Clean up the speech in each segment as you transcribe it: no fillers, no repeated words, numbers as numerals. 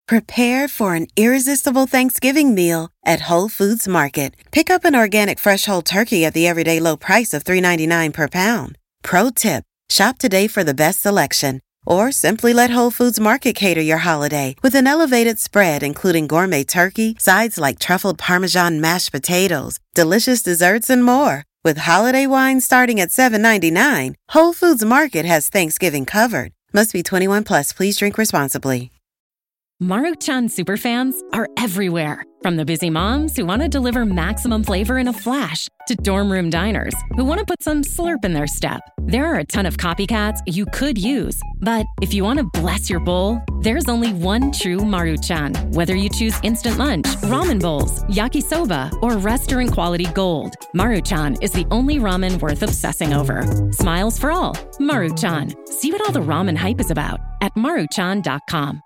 Prepare for an irresistible Thanksgiving meal at Whole Foods Market. Pick up an organic fresh whole turkey at the everyday low price of $3.99 per pound. Pro tip, shop today for the best selection. Or simply let Whole Foods Market cater your holiday with an elevated spread including gourmet turkey, sides like truffled Parmesan mashed potatoes, delicious desserts, and more. With holiday wine starting at $7.99, Whole Foods Market has Thanksgiving covered. Must be 21 plus. Please drink responsibly. Maruchan superfans are everywhere. From the busy moms who want to deliver maximum flavor in a flash to dorm room diners who want to put some slurp in their step. There are a ton of copycats you could use. But if you want to bless your bowl, there's only one true Maruchan. Whether you choose instant lunch, ramen bowls, yakisoba, or restaurant quality gold, Maruchan is the only ramen worth obsessing over. Smiles for all. Maruchan. See what all the ramen hype is about at maruchan.com.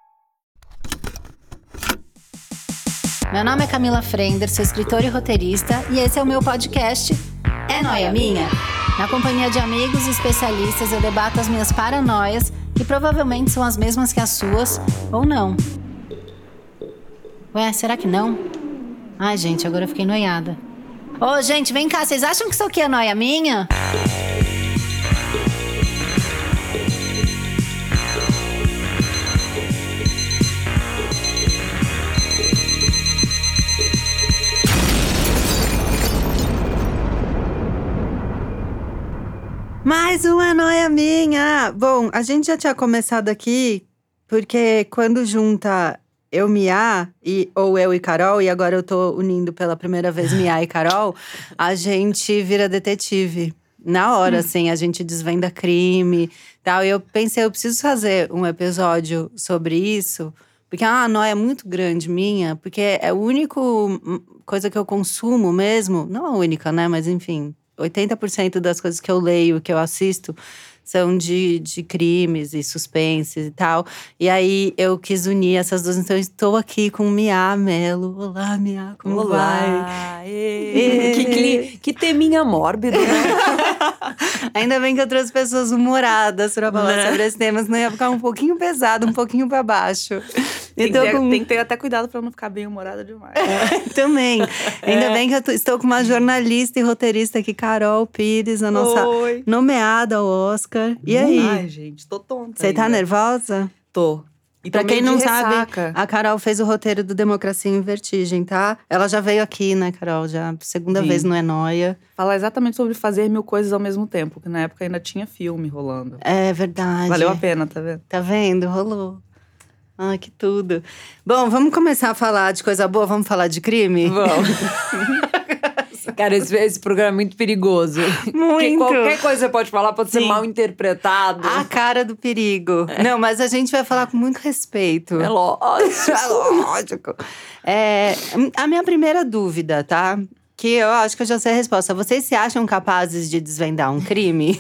Meu nome é Camila Frender, sou escritora e roteirista, e esse é o meu podcast É Nóia Minha? Na companhia de amigos e especialistas, eu debato as minhas paranoias, que provavelmente são as mesmas que as suas, ou não. Ué, será que não? Ai, gente, agora eu fiquei noiada. Ô, gente, vem cá, vocês acham que isso aqui é nóia minha? Mais uma noia minha! Bom, a gente já tinha começado aqui, porque quando junta eu, Mia, ou eu e Carol, e agora eu tô unindo pela primeira vez Mia e Carol, a gente vira detetive. Na hora, assim, a gente desvenda crime, tal. E eu pensei, eu preciso fazer um episódio sobre isso, porque é uma noia muito grande minha, porque é a única coisa que eu consumo mesmo, não a única, né, mas enfim… 80% das coisas que eu leio, que eu assisto, são de crimes e suspenses e tal. E aí, eu quis unir essas duas. Então, eu estou aqui com Mia Mello. Olá, Mia, como vai? Que teminha mórbido, né? Ainda bem que eu trouxe pessoas humoradas para falar sobre esse tema, senão ia ficar um pouquinho pesado, um pouquinho para baixo. Tem que ter até cuidado para não ficar bem humorada demais. Também. Ainda bem que eu estou com uma jornalista e roteirista aqui, Carol Pires, a nossa nomeada ao Oscar. E aí? Ai, gente, tô tonta. Você tá nervosa? Tô. E pra quem não sabe, a Carol fez o roteiro do Democracia em Vertigem, tá? Ela já veio aqui, né, Carol? Já segunda vez no É Nóia. Falar exatamente sobre fazer mil coisas ao mesmo tempo, que na época ainda tinha filme rolando. É verdade. Valeu a pena, tá vendo? Tá vendo? Rolou. Ah, que tudo. Bom, vamos começar a falar de coisa boa? Vamos falar de crime? Vamos. Cara, esse programa é muito perigoso. Muito. Porque qualquer coisa que você pode falar pode ser mal interpretado. A cara do perigo. Não, mas a gente vai falar com muito respeito. É lógico. É lógico. A minha primeira dúvida, tá? Que eu acho que eu já sei a resposta. Vocês se acham capazes de desvendar um crime?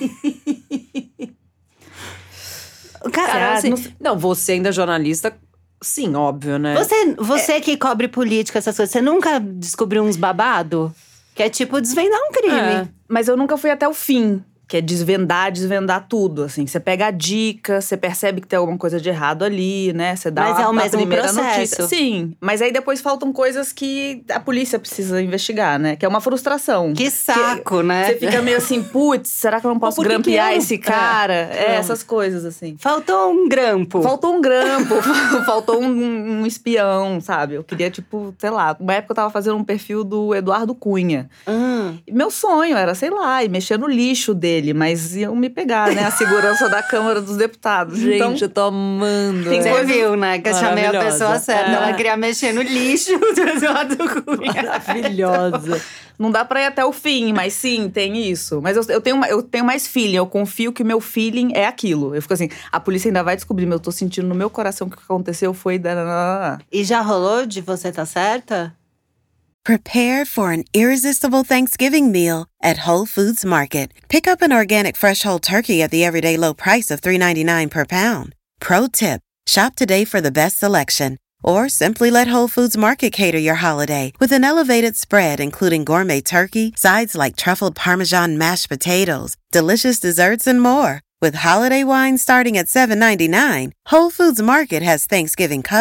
Cara, assim, não, você ainda é jornalista… Sim, óbvio, né? Você que cobre política, essas coisas, você nunca descobriu uns babado? Que é tipo desvendar um crime. Mas eu nunca fui até o fim. Que é desvendar tudo, assim. Você pega a dica, você percebe que tem alguma coisa de errado ali, né? Você dá mas é o mesmo primeira processo. Notícia. Sim, mas aí depois faltam coisas que a polícia precisa investigar, né? Que é uma frustração. Que saco, né? Você fica meio assim, putz, será que eu não posso grampear esse cara? Essas coisas, assim. Faltou um grampo. Faltou um espião, sabe? Eu queria, tipo, sei lá… Uma época eu tava fazendo um perfil do Eduardo Cunha. Meu sonho era, sei lá, ir mexer no lixo dele. Mas iam me pegar, né? A segurança da Câmara dos Deputados. Gente, então, eu tô amando. Você viu, né? Que eu chamei a pessoa certa. Ela queria mexer no lixo do Eduardo Cunha. Maravilhosa. Não dá pra ir até o fim, mas sim, tem isso. Mas eu tenho mais feeling. Eu confio que o meu feeling é aquilo. Eu fico assim, a polícia ainda vai descobrir, mas eu tô sentindo no meu coração que o que aconteceu foi… E já rolou de você tá certa? Prepare for an irresistible Thanksgiving meal at Whole Foods Market. Pick up an organic fresh whole turkey at the everyday low price of $3.99 per pound. Pro tip, shop today for the best selection. Or simply let Whole Foods Market cater your holiday with an elevated spread including gourmet turkey, sides like truffled Parmesan mashed potatoes, delicious desserts, and more. With holiday wine starting at $7.99, Whole Foods Market has Thanksgiving covered.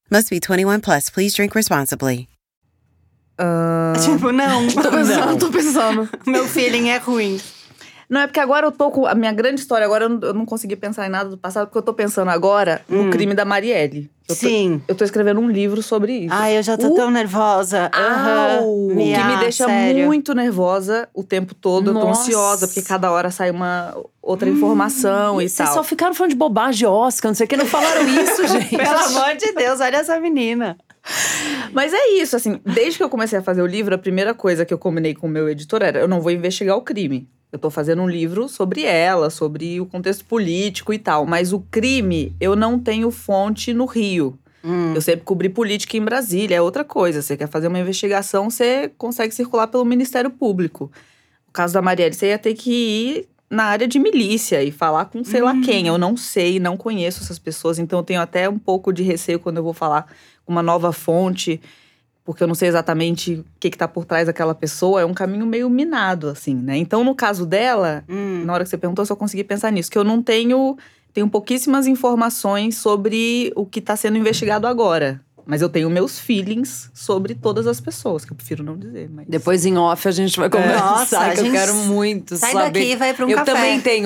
Must be 21 plus. Please drink responsibly. Tipo, não. Tô pensando. Meu feeling é ruim. Não, é porque agora eu tô com… A minha grande história, agora eu não consegui pensar em nada do passado, porque eu tô pensando agora no crime da Marielle. Sim. Eu tô escrevendo um livro sobre isso. Ai, eu já tô tão nervosa. O que me deixa muito nervosa o tempo todo. Nossa. Eu tô ansiosa, porque cada hora sai uma outra informação e Vocês tal. só ficaram falando de bobagem de Oscar, não sei o que, não falaram isso, gente. Pelo amor de Deus, olha essa menina. Mas é isso, assim, desde que eu comecei a fazer o livro, a primeira coisa que eu combinei com o meu editor era: eu não vou investigar o crime. Eu tô fazendo um livro sobre ela, sobre o contexto político e tal. Mas o crime, eu não tenho fonte no Rio. Eu sempre cobri política em Brasília, é outra coisa. Você quer fazer uma investigação, você consegue circular pelo Ministério Público. No caso da Marielle, você ia ter que ir na área de milícia e falar com sei lá quem. Eu não sei, não conheço essas pessoas. Então eu tenho até um pouco de receio quando eu vou falar com uma nova fonte, porque eu não sei exatamente o que tá por trás daquela pessoa. É um caminho meio minado, assim, né? Então, no caso dela, na hora que você perguntou, eu só consegui pensar nisso. Que eu não tenho pouquíssimas informações sobre o que tá sendo investigado agora. Mas eu tenho meus feelings sobre todas as pessoas, que eu prefiro não dizer. Mas… Depois em off a gente vai conversar, Nossa, que eu quero muito sai saber. daqui e vai pra um eu café. Eu também tenho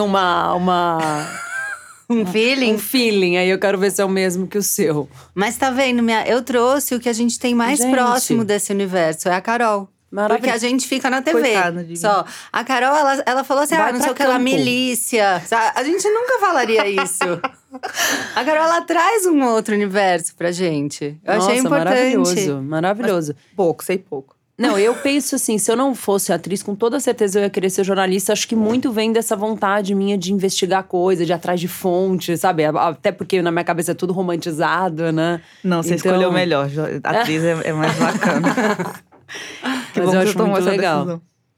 um feeling? Um feeling, aí eu quero ver se é o mesmo que o seu. Mas tá vendo, eu trouxe o que a gente tem mais próximo desse universo, é a Carol. Porque a gente fica na TV. Coitada de mim. Só. A Carol, ela falou assim: não sei o que, ela milícia. A gente nunca falaria isso. A Carol, ela traz um outro universo pra gente. Eu achei importante. Maravilhoso. Sei pouco. Não, eu penso assim, se eu não fosse atriz, com toda certeza eu ia querer ser jornalista. Acho que muito vem dessa vontade minha de investigar coisa, de ir atrás de fonte, sabe? Até porque na minha cabeça é tudo romantizado, né? Não, você escolheu melhor. Atriz é mais bacana. Mas eu acho muito legal.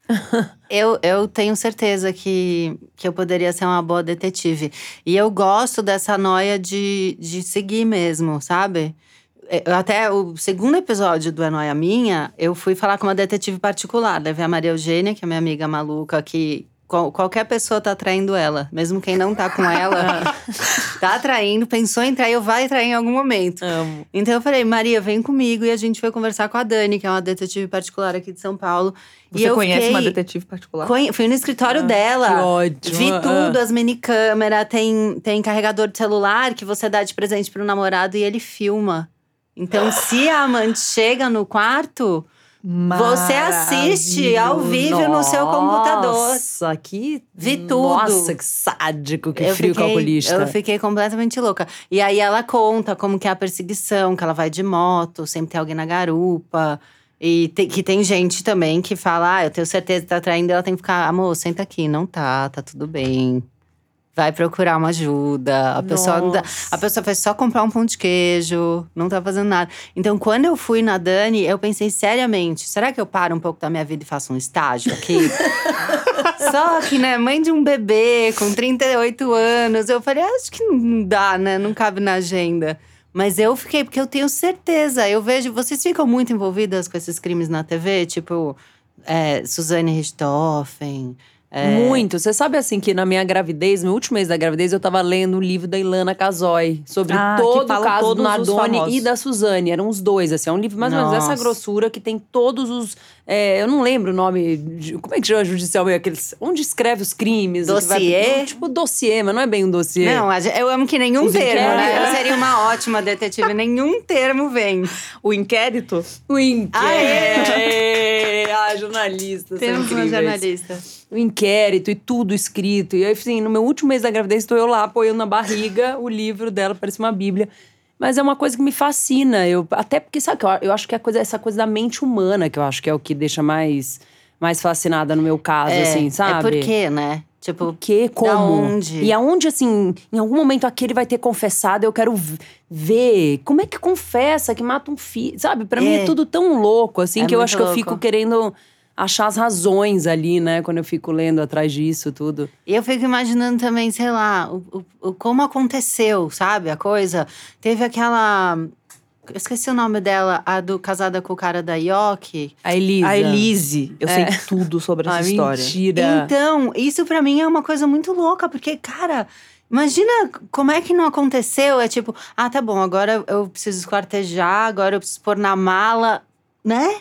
Eu tenho certeza que eu poderia ser uma boa detetive. E eu gosto dessa noia de seguir mesmo, sabe? Até o segundo episódio do É Noia Minha, eu fui falar com uma detetive particular. Levei a Maria Eugênia, que é minha amiga maluca, que qualquer pessoa tá atraindo ela. Mesmo quem não tá com ela, tá atraindo. Pensou em trair, vai trair em algum momento. Amo. Então eu falei, Maria, vem comigo. E a gente foi conversar com a Dani, que é uma detetive particular aqui de São Paulo. Você conhece uma detetive particular? Fui no escritório dela. Que ótimo. Vi tudo, as minicâmeras. Tem carregador de celular que você dá de presente pro namorado e ele filma. Então, se a amante chega no quarto, você assiste ao vivo no seu computador. Nossa, que… Vi tudo. Nossa, que sádico, que frio calculista. Eu fiquei completamente louca. E aí ela conta como que é a perseguição, que ela vai de moto, sempre tem alguém na garupa. E que tem gente também que fala, eu tenho certeza que tá traindo, ela tem que ficar, amor, senta aqui. Não tá tudo bem. Vai procurar uma ajuda. A pessoa foi só comprar um pão de queijo. Não tá fazendo nada. Então, quando eu fui na Dani, eu pensei seriamente: será que eu paro um pouco da minha vida e faço um estágio aqui? Só que, né, mãe de um bebê com 38 anos. Eu falei, acho que não dá, né? Não cabe na agenda. Mas eu fiquei, porque eu tenho certeza. Eu vejo, vocês ficam muito envolvidas com esses crimes na TV? Tipo, Suzane Richthofen… Muito. Você sabe, assim, que na minha gravidez, no último mês da gravidez, eu tava lendo um livro da Ilana Casoy sobre todo o caso do Nardoni e da Suzane. Eram os dois, assim. É um livro mais ou menos dessa grossura, que tem todos os… eu não lembro o nome… Como é que chama judicial? Onde escreve os crimes? Dossiê? Tipo dossiê, mas não é bem um dossiê. Não, eu amo que nenhum termo, né? Eu seria uma ótima detetive. Nenhum termo vem. O inquérito? O inquérito. Jornalista. Temos uma jornalista. O inquérito e tudo escrito. E aí, assim, no meu último mês da gravidez, estou eu lá apoiando na barriga o livro dela, parece uma bíblia. Mas é uma coisa que me fascina. Até porque, sabe, eu acho que essa coisa da mente humana, que eu acho que é o que deixa mais fascinada no meu caso, assim, sabe? É porque, né? Tipo, por quê? Como? Da onde? E aonde, assim, em algum momento aquele vai ter confessado, eu quero ver. Como é que confessa que mata um filho? Sabe? Pra mim é tudo tão louco, assim, que eu acho que eu fico querendo achar as razões ali, né? Quando eu fico lendo atrás disso, tudo. E eu fico imaginando também, sei lá, como aconteceu, sabe? A coisa. Teve aquela… Eu esqueci o nome dela, a do casada com o cara da Ioki. A Elisa. A Elise. Eu sei tudo sobre essa história. Mentira. Então, isso pra mim é uma coisa muito louca. Porque, cara… Imagina como é que não aconteceu. É tipo, tá bom, agora eu preciso esquartejar, agora eu preciso pôr na mala, né?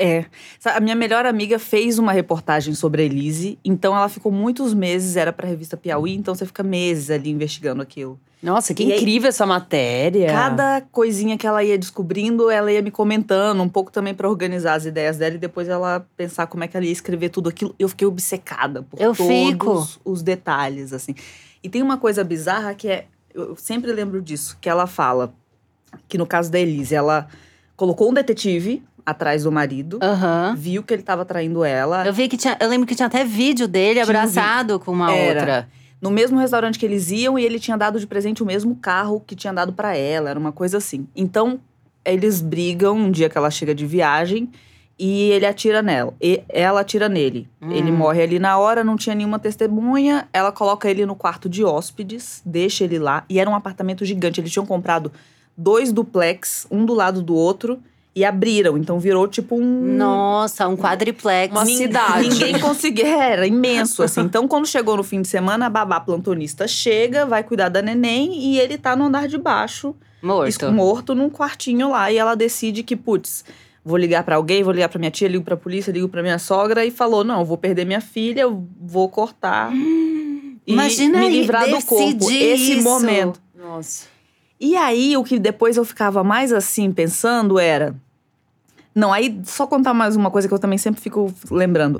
A minha melhor amiga fez uma reportagem sobre a Elise. Então ela ficou muitos meses, era pra revista Piauí. Então você fica meses ali investigando aquilo. Nossa, que incrível essa matéria. Cada coisinha que ela ia descobrindo, ela ia me comentando. Um pouco também pra organizar as ideias dela. E depois ela pensar como é que ela ia escrever tudo aquilo. Eu fiquei obcecada por todos os detalhes, assim. E tem uma coisa bizarra que eu sempre lembro disso. Que ela fala que no caso da Elise, ela colocou um detetive atrás do marido, viu que ele tava traindo ela. Eu lembro que tinha até vídeo dele abraçado com uma outra. No mesmo restaurante que eles iam, e ele tinha dado de presente o mesmo carro que tinha dado pra ela, era uma coisa assim. Então, eles brigam um dia que ela chega de viagem e ele atira nela. E ela atira nele. Ele morre ali na hora, não tinha nenhuma testemunha. Ela coloca ele no quarto de hóspedes, deixa ele lá. E era um apartamento gigante. Eles tinham comprado 2 duplex, um do lado do outro. E abriram, então virou tipo um… Nossa, um quadriplex. Uma cidade. Ninguém conseguia, era imenso, assim. Então, quando chegou no fim de semana, a babá plantonista chega, vai cuidar da neném. E ele tá no andar de baixo. Morto num quartinho lá. E ela decide que, putz, vou ligar pra alguém, vou ligar pra minha tia, ligo pra polícia, ligo pra minha sogra. E falou, não, vou perder minha filha, eu vou cortar. Imagina me livrar do corpo. Esse momento. Nossa. E aí, o que depois eu ficava mais assim, pensando era… Não, aí só contar mais uma coisa que eu também sempre fico lembrando.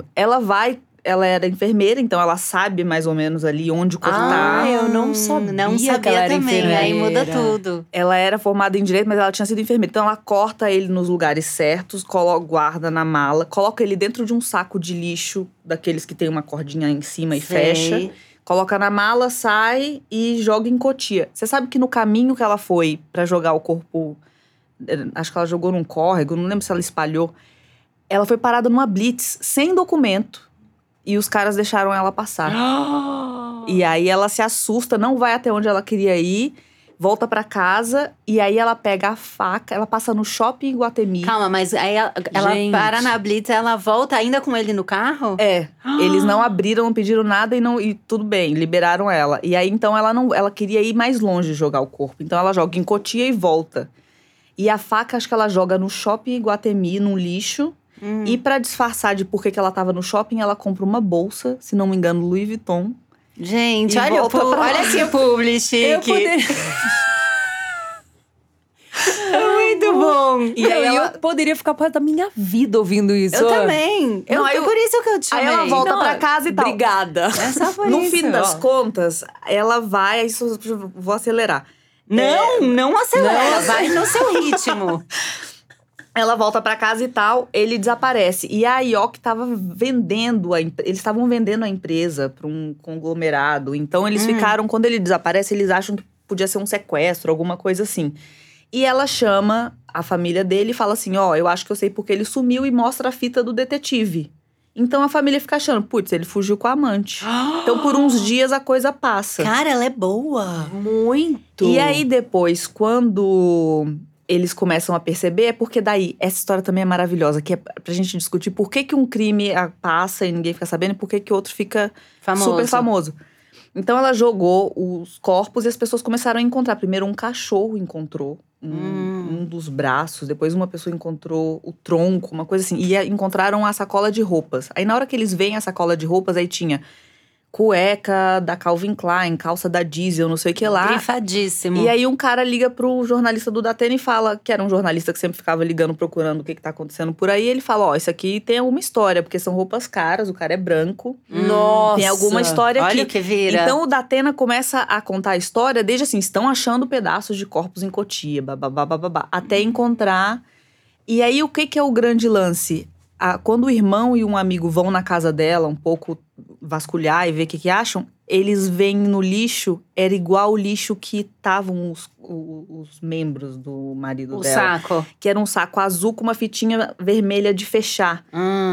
Ela era enfermeira, então ela sabe mais ou menos ali onde cortar. Eu não sabia. Não sabia que ela era também, enfermeira. aí muda tudo. Ela era formada em Direito, mas ela tinha sido enfermeira. Então ela corta ele nos lugares certos, guarda na mala, coloca ele dentro de um saco de lixo, daqueles que tem uma cordinha em cima e fecha. Coloca na mala, sai e joga em Cotia. Você sabe que no caminho que ela foi pra jogar o corpo… Acho que ela jogou num córrego, não lembro se ela espalhou. Ela foi parada numa blitz, sem documento. E os caras deixaram ela passar. E aí ela se assusta, não vai até onde ela queria ir. Volta pra casa e aí ela pega a faca, ela passa no shopping Iguatemi. Calma, mas aí ela para na blitz, ela volta ainda com ele no carro? Eles não abriram, não pediram nada e tudo bem, liberaram ela. E aí então ela queria ir mais longe jogar o corpo. Então ela joga em Cotia e volta. E a faca, acho que ela joga no shopping Iguatemi, num lixo. E pra disfarçar de por que ela tava no shopping, ela compra uma bolsa, se não me engano, Louis Vuitton. Gente, olha que publi chique. Muito bom. E aí eu poderia ficar parte da minha vida ouvindo isso. Eu também. Por isso que eu te chamei. Aí ela volta pra casa e tal. Obrigada. Só por no isso. fim das contas, ela vai… Isso eu vou acelerar. Não acelera. Vai no seu ritmo. Ela volta pra casa e tal, ele desaparece. E a IOC tava vendendo, eles estavam vendendo a empresa pra um conglomerado. Então eles ficaram, quando ele desaparece, eles acham que podia ser um sequestro, alguma coisa assim. E ela chama a família dele e fala assim, eu acho que eu sei porque ele sumiu, e mostra a fita do detetive. Então a família fica achando, putz, ele fugiu com a amante. Então por uns dias a coisa passa. Cara, ela é boa. Muito. E aí depois, quando eles começam a perceber, é porque daí, essa história também é maravilhosa, que é pra gente discutir por que um crime passa e ninguém fica sabendo, e por que outro fica super famoso. Então ela jogou os corpos e as pessoas começaram a encontrar. Primeiro um cachorro encontrou um dos braços, depois uma pessoa encontrou o tronco, uma coisa assim. E encontraram a sacola de roupas. Aí na hora que eles veem a sacola de roupas, aí tinha cueca da Calvin Klein, calça da Diesel, não sei o que lá. Grifadíssimo. E aí um cara liga pro jornalista do Datena e fala, que era um jornalista que sempre ficava ligando, procurando o que tá acontecendo por aí. Ele fala, isso aqui tem alguma história, porque são roupas caras, o cara é branco. Nossa! Tem alguma história aqui. Olha o que vira. Então o Datena começa a contar a história, desde assim, estão achando pedaços de corpos em Cotia, babá, até encontrar. E aí o que é o grande lance? Quando o irmão e um amigo vão na casa dela, um pouco vasculhar e ver o que acham, eles veem no lixo, era igual o lixo que estavam os membros do marido dela. O saco. Que era um saco azul com uma fitinha vermelha de fechar.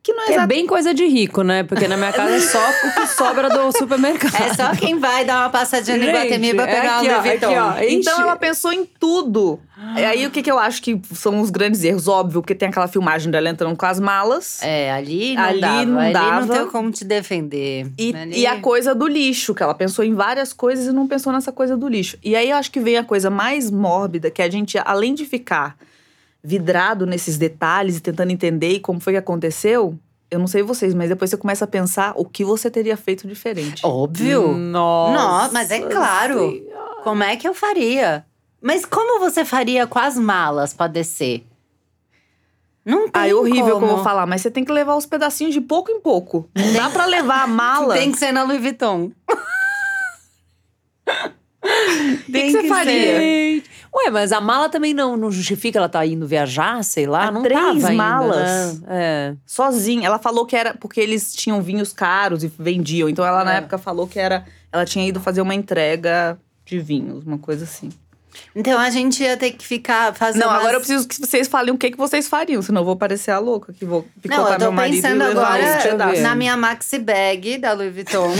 Que não é é bem coisa de rico, né? Porque na minha casa é só o que sobra do supermercado. É só quem vai dar uma passadinha no Iguatemi pra pegar um Louis Vuitton. Então ela pensou em tudo. E aí o que eu acho que são os grandes erros? Óbvio, porque tem aquela filmagem dela entrando com as malas. Ali não dava. Ali não tem como te defender. E a coisa do lixo, que ela pensou em várias coisas e não pensou nessa coisa do lixo. E aí eu acho que vem a coisa mais mórbida, que a gente, além de ficar vidrado nesses detalhes e tentando entender como foi que aconteceu, eu não sei vocês, mas depois você começa a pensar o que você teria feito diferente. Óbvio. Nossa, mas é claro. Como é que eu faria? Mas como você faria com as malas pra descer? Não tem é horrível como eu vou falar, mas você tem que levar os pedacinhos de pouco em pouco. Não dá pra levar a mala. Tem que ser na Louis Vuitton. O que você faria? Ué, mas a mala também não justifica ela tá indo viajar, sei lá, não 3 tava malas, né? Sozinha. Ela falou que era porque eles tinham vinhos caros e vendiam. Então ela na época falou que ela tinha ido fazer uma entrega de vinhos, uma coisa assim. Então a gente ia ter que ficar fazendo. Agora eu preciso que vocês falem o que vocês fariam, senão eu vou parecer a louca que vou picotar meu marido. Não, eu tô pensando agora na minha maxi bag da Louis Vuitton.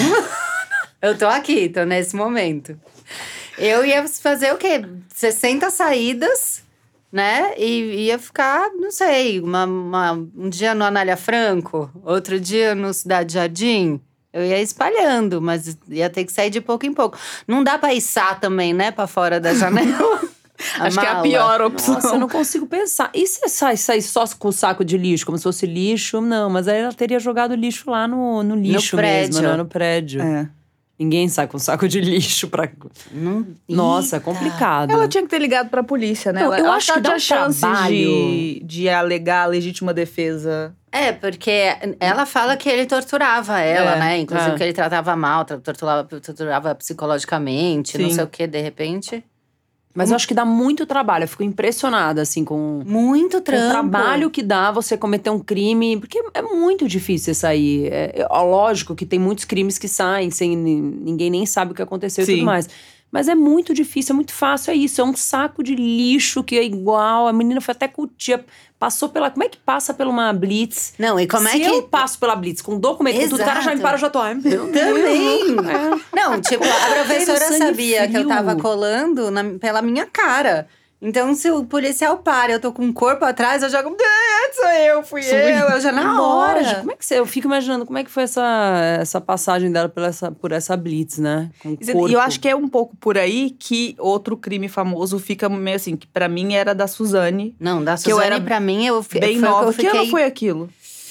Eu tô aqui, tô nesse momento. Eu ia fazer o quê? 60 saídas, né? E ia ficar, não sei, um dia no Anália Franco, outro dia no Cidade Jardim. Eu ia espalhando, mas ia ter que sair de pouco em pouco. Não dá pra içar também, né? Pra fora da janela. Acho que é a pior opção. Nossa, eu não consigo pensar. E se sai só com o saco de lixo, como se fosse lixo? Não, mas aí ela teria jogado lixo lá no lixo mesmo, né? No prédio. Ninguém sai com saco de lixo pra… Nossa, é complicado. Ela tinha que ter ligado pra polícia, né? Eu acho que dá chance de alegar a legítima defesa. Porque ela fala que ele torturava ela, né? Inclusive que ele tratava mal, torturava psicologicamente, não sei o que, de repente… Mas eu acho que dá muito trabalho. Eu fico impressionada, assim, com… Muito trampo. O trabalho que dá você cometer um crime. Porque é muito difícil sair. Lógico que tem muitos crimes que saem sem… Ninguém nem sabe o que aconteceu e tudo mais. Mas é muito difícil, é muito fácil, é isso. É um saco de lixo que é igual. A menina foi até curtir. Passou pela… Como é que passa por uma blitz? Não, e como Se eu passo pela blitz com documento, com tudo, o cara já me para, já tô… Ai, meu também! Não, tipo, a professora sabia que eu tava colando pela minha cara. Então, se o policial para, eu tô com um corpo atrás, eu jogo… Fui eu já na hora. Como é que eu fico imaginando como é que foi essa passagem dela por essa blitz, né? E eu acho que é um pouco por aí que outro crime famoso fica meio assim, que pra mim era da Suzane. Não, da Suzane pra mim, bem nova. Que ano foi aquilo?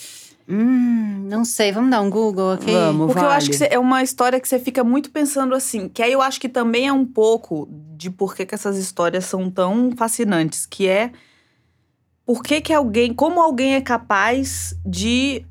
Não sei, vamos dar um Google aqui? Vamos, porque eu acho que é uma história que você fica muito pensando assim. Que aí eu acho que também é um pouco de por que essas histórias são tão fascinantes. Que é… Por que como alguém é capaz de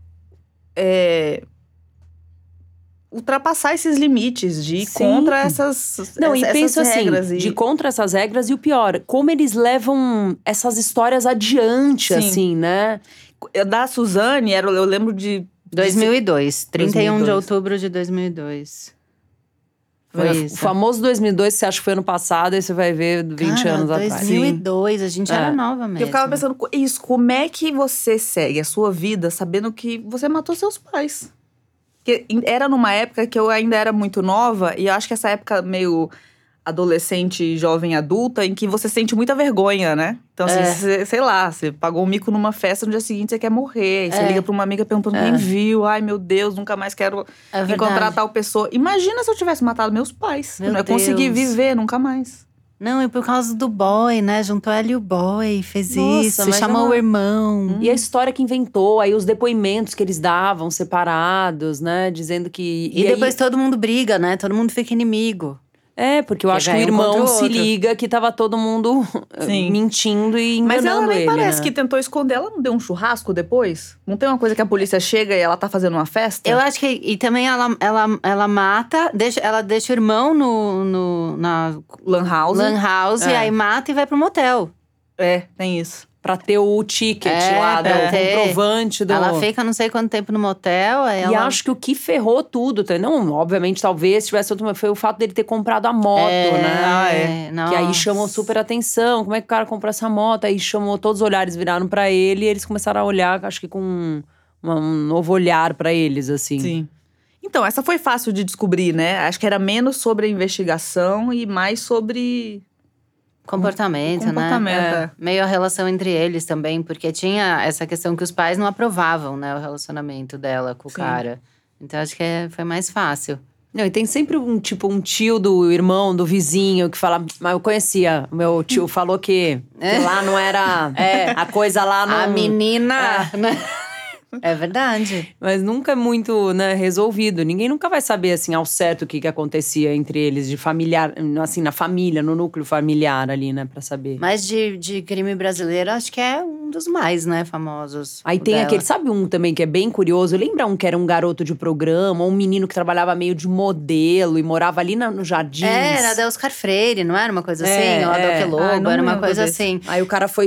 ultrapassar esses limites, de ir contra essas regras. De ir contra essas regras e o pior, como eles levam essas histórias adiante, assim, né? Da Suzane, eu lembro de… 2002, 31 de outubro de 2002. Foi isso. O famoso 2002, que você acha que foi ano passado, aí você vai ver 20 anos atrás. 2002, a gente era nova mesmo. Eu ficava pensando, como é que você segue a sua vida sabendo que você matou seus pais? Porque era numa época que eu ainda era muito nova, e eu acho que essa época meio adolescente, jovem, adulta, em que você sente muita vergonha, né? Então, assim, sei lá, você pagou um mico numa festa, no dia seguinte você quer morrer. E você liga pra uma amiga perguntando quem viu. Ai, meu Deus, nunca mais quero encontrar tal pessoa. Imagina se eu tivesse matado meus pais. Eu não ia conseguir viver nunca mais. Não, e por causa do boy, né? Juntou ela e o boy, fez isso, chamou o irmão. E a história que inventou, aí os depoimentos que eles davam separados, né? Dizendo que… E depois todo mundo briga, né? Todo mundo fica inimigo. Porque eu acho que o irmão se liga que tava todo mundo mentindo e enganando ele. Mas ela nem parece né? que tentou esconder. Ela não deu um churrasco depois? Não tem uma coisa que a polícia chega e ela tá fazendo uma festa? Eu acho que… E também ela mata… Ela deixa o irmão na Lan House. E aí mata e vai pro motel. Tem isso. Pra ter o ticket lá, o comprovante do… Ela fica não sei quanto tempo no motel. E acho que o que ferrou tudo, não, obviamente, talvez tivesse outro… Foi o fato dele ter comprado a moto, né? Que aí chamou super atenção. Como é que o cara comprou essa moto? Aí chamou, todos os olhares viraram pra ele. E eles começaram a olhar, acho que com um novo olhar pra eles, assim. Sim. Então, essa foi fácil de descobrir, né? Acho que era menos sobre a investigação e mais sobre… Comportamento, né? Meio a relação entre eles também, porque tinha essa questão que os pais não aprovavam, né? O relacionamento dela com o cara. Então, acho que foi mais fácil. Não, e tem sempre um tio do irmão, do vizinho, que fala… Mas eu conhecia, o meu tio falou que lá não era… a coisa lá não… A menina… É verdade. Mas nunca é muito, né, resolvido. Ninguém nunca vai saber, assim, ao certo o que acontecia entre eles, de familiar, assim, na família, no núcleo familiar ali, né, pra saber. Mas de crime brasileiro, acho que é um dos mais, né, famosos. Aí tem aquele, sabe um também que é bem curioso? Lembra um que era um garoto de programa, ou um menino que trabalhava meio de modelo e morava ali no Jardins? Era da Oscar Freire, não era uma coisa assim? Ou a Doque Lobo, era uma coisa assim. Aí o cara foi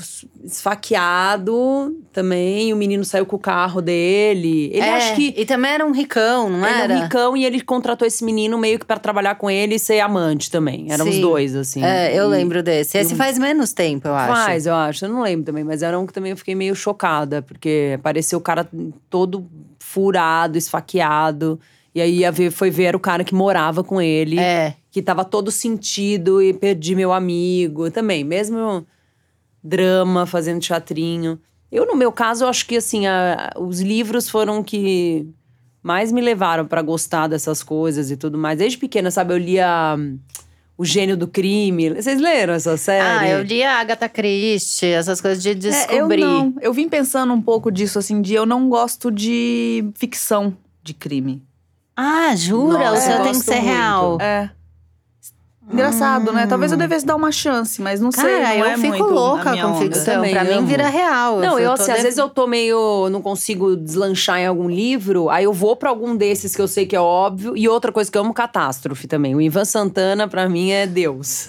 esfaqueado também, o menino saiu com o carro dele. Ele acho que… E também era um ricão, não era? Ele era um ricão e ele contratou esse menino meio que pra trabalhar com ele e ser amante também. Eram os dois, assim. Eu lembro desse. Esse faz menos tempo, eu acho. Eu acho. Eu não lembro também, mas era um que também eu fiquei meio chocada. Porque pareceu o cara todo furado, esfaqueado. E aí foi ver era o cara que morava com ele. Que tava todo sentido e perdi meu amigo. Também, mesmo drama, fazendo teatrinho. Eu, no meu caso, eu acho que, assim, os livros foram que mais me levaram pra gostar dessas coisas e tudo mais. Desde pequena, sabe, eu lia O Gênio do Crime. Vocês leram essa série? Eu lia Agatha Christie, essas coisas de descobrir. Eu não. Eu vim pensando um pouco disso, assim, eu não gosto de ficção de crime. Jura? O seu tem que ser real. Engraçado, né? Talvez eu devesse dar uma chance, mas não sei, não eu fico louca com ficção. Pra mim vira real. Não, assim, às vezes eu tô meio… Não consigo deslanchar em algum livro. Aí eu vou pra algum desses que eu sei que é óbvio. E outra coisa que eu amo, catástrofe também. O Ivan Santana, pra mim, é Deus.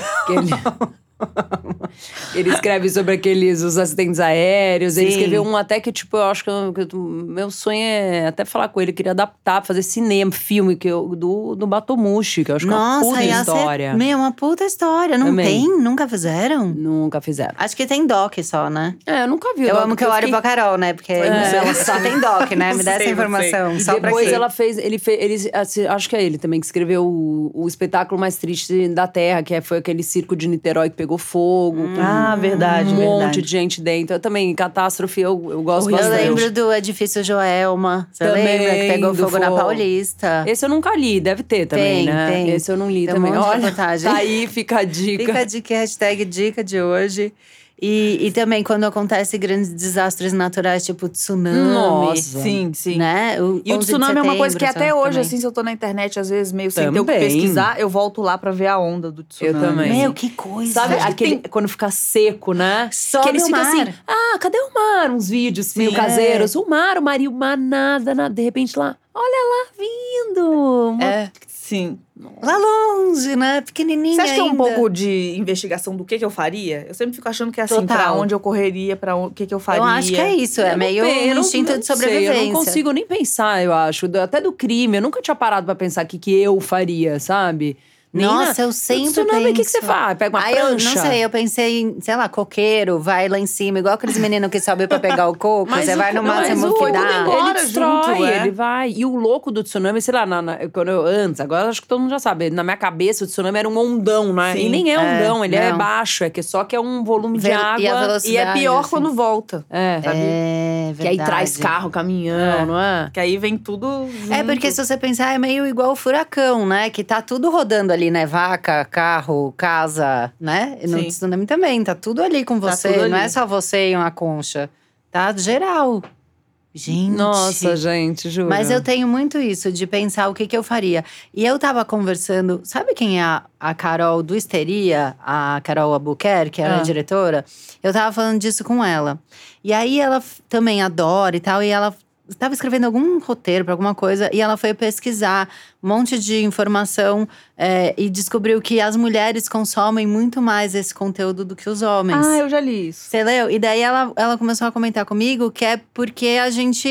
Ele escreve sobre os acidentes aéreos. Sim. Ele escreveu um até que, tipo, eu acho que meu sonho é até falar com ele. Eu queria adaptar, fazer cinema, filme do Batomushi, que eu acho que é uma puta história. Uma puta história. Não tem? Nunca fizeram? Nunca fizeram. Acho que tem doc só, né? Eu nunca vi. Eu amo que eu olho pra Carol, né? Porque ela só tem doc, né? Me dá essa informação. Só depois ela fez… acho que é ele também que escreveu o espetáculo mais triste da Terra, que foi aquele circo de Niterói que pegou fogo. Verdade, Um monte de gente dentro. Eu também, catástrofe, eu gosto bastante. Eu lembro do Edifício Joelma. Você lembra? Que pegou fogo na Paulista. Esse eu nunca li, deve ter também, né? Tem. Esse eu não li tem também. Olha, tá aí, fica a dica. Fica a dica, hashtag dica de hoje. E também quando acontece grandes desastres naturais, tipo tsunami. Nossa. Sim. Né? E o tsunami é uma coisa que até hoje, assim, se eu tô na internet, às vezes, meio sem ter o que pesquisar, eu volto lá pra ver a onda do tsunami. Eu também. Meu, que coisa. Sabe quando fica seco, né? Só que eles ficam assim, cadê o mar? Uns vídeos meio caseiros. O mar, nada. De repente lá, olha lá, vindo. Sim. Lá longe, né? Pequenininha. Você acha que é um pouco de investigação do que eu faria? Eu sempre fico achando que é assim, pra onde eu correria, o que eu faria. Eu acho que é isso, meio um instinto de sobrevivência. Eu não consigo nem pensar, eu acho. Até do crime, eu nunca tinha parado pra pensar o que eu faria, sabe? Nossa, eu sempre penso. O que você faz? Pega uma prancha? Eu não sei, eu pensei em, sei lá, coqueiro, vai lá em cima. Igual aqueles meninos que sobem pra pegar o coco. Você vai no máximo que dá. Ele destrói, ele vai. E o louco do tsunami, sei lá, agora acho que todo mundo já sabe. Na minha cabeça, o tsunami era um ondão, né? Sim, e nem é ondão, ele é baixo. Só que é um volume de água. E é pior quando volta. Sabe? Verdade. Que aí traz carro, caminhão, não é? Que aí vem tudo junto. Porque se você pensar, é meio igual o furacão, né? Que tá tudo rodando ali, né? Vaca, carro, casa, né? E no tsunami também, tá tudo ali com você. Não é só você e uma concha. Tá geral. Gente. Nossa, gente, juro. Mas eu tenho muito isso, de pensar o que eu faria. E eu tava conversando… Sabe quem é a Carol do Histeria? A Carol Albuquerque, que era a diretora? Eu tava falando disso com ela. E aí, ela também adora e tal. E ela estava escrevendo algum roteiro para alguma coisa. E ela foi pesquisar um monte de informação. E descobriu que as mulheres consomem muito mais esse conteúdo do que os homens. Eu já li isso. Você leu? E daí ela começou a comentar comigo que é porque a gente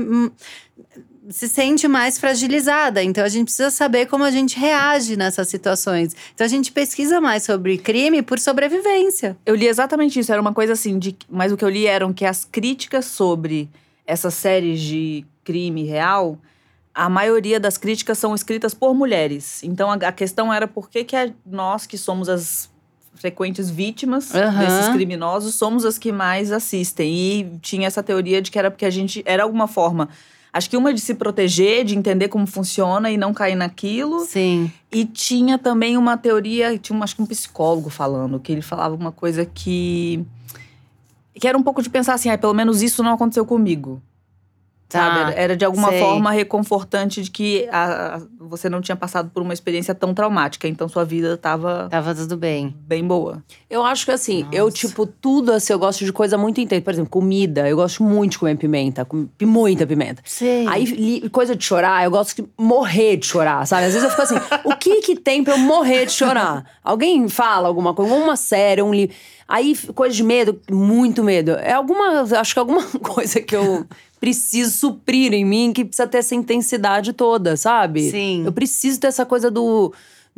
se sente mais fragilizada. Então, a gente precisa saber como a gente reage nessas situações. Então, a gente pesquisa mais sobre crime por sobrevivência. Eu li exatamente isso. Era uma coisa assim, mas o que eu li eram que as críticas sobre… essas séries de crime real, a maioria das críticas são escritas por mulheres. Então, a questão era por que nós, que somos as frequentes vítimas desses criminosos, somos as que mais assistem. E tinha essa teoria de que era porque a gente… Era alguma forma… Acho que uma de se proteger, de entender como funciona e não cair naquilo. Sim. E tinha também uma teoria… acho que um psicólogo falando, que ele falava uma coisa que era um pouco de pensar assim, pelo menos isso não aconteceu comigo. Sabe? Era de alguma forma reconfortante de que você não tinha passado por uma experiência tão traumática. Então, sua vida tava tudo bem. Bem boa. Eu acho que assim, tudo assim, eu gosto de coisa muito intensa. Por exemplo, comida, eu gosto muito de comer pimenta. Muita pimenta. Sim. Aí, coisa de chorar, eu gosto de morrer de chorar, sabe? Às vezes eu fico assim, o que tem pra eu morrer de chorar? Alguém fala alguma coisa, uma série, um livro… Aí, coisa de medo, muito medo. Acho que alguma coisa que eu… preciso suprir em mim, que precisa ter essa intensidade toda, sabe? Sim. Eu preciso ter essa coisa do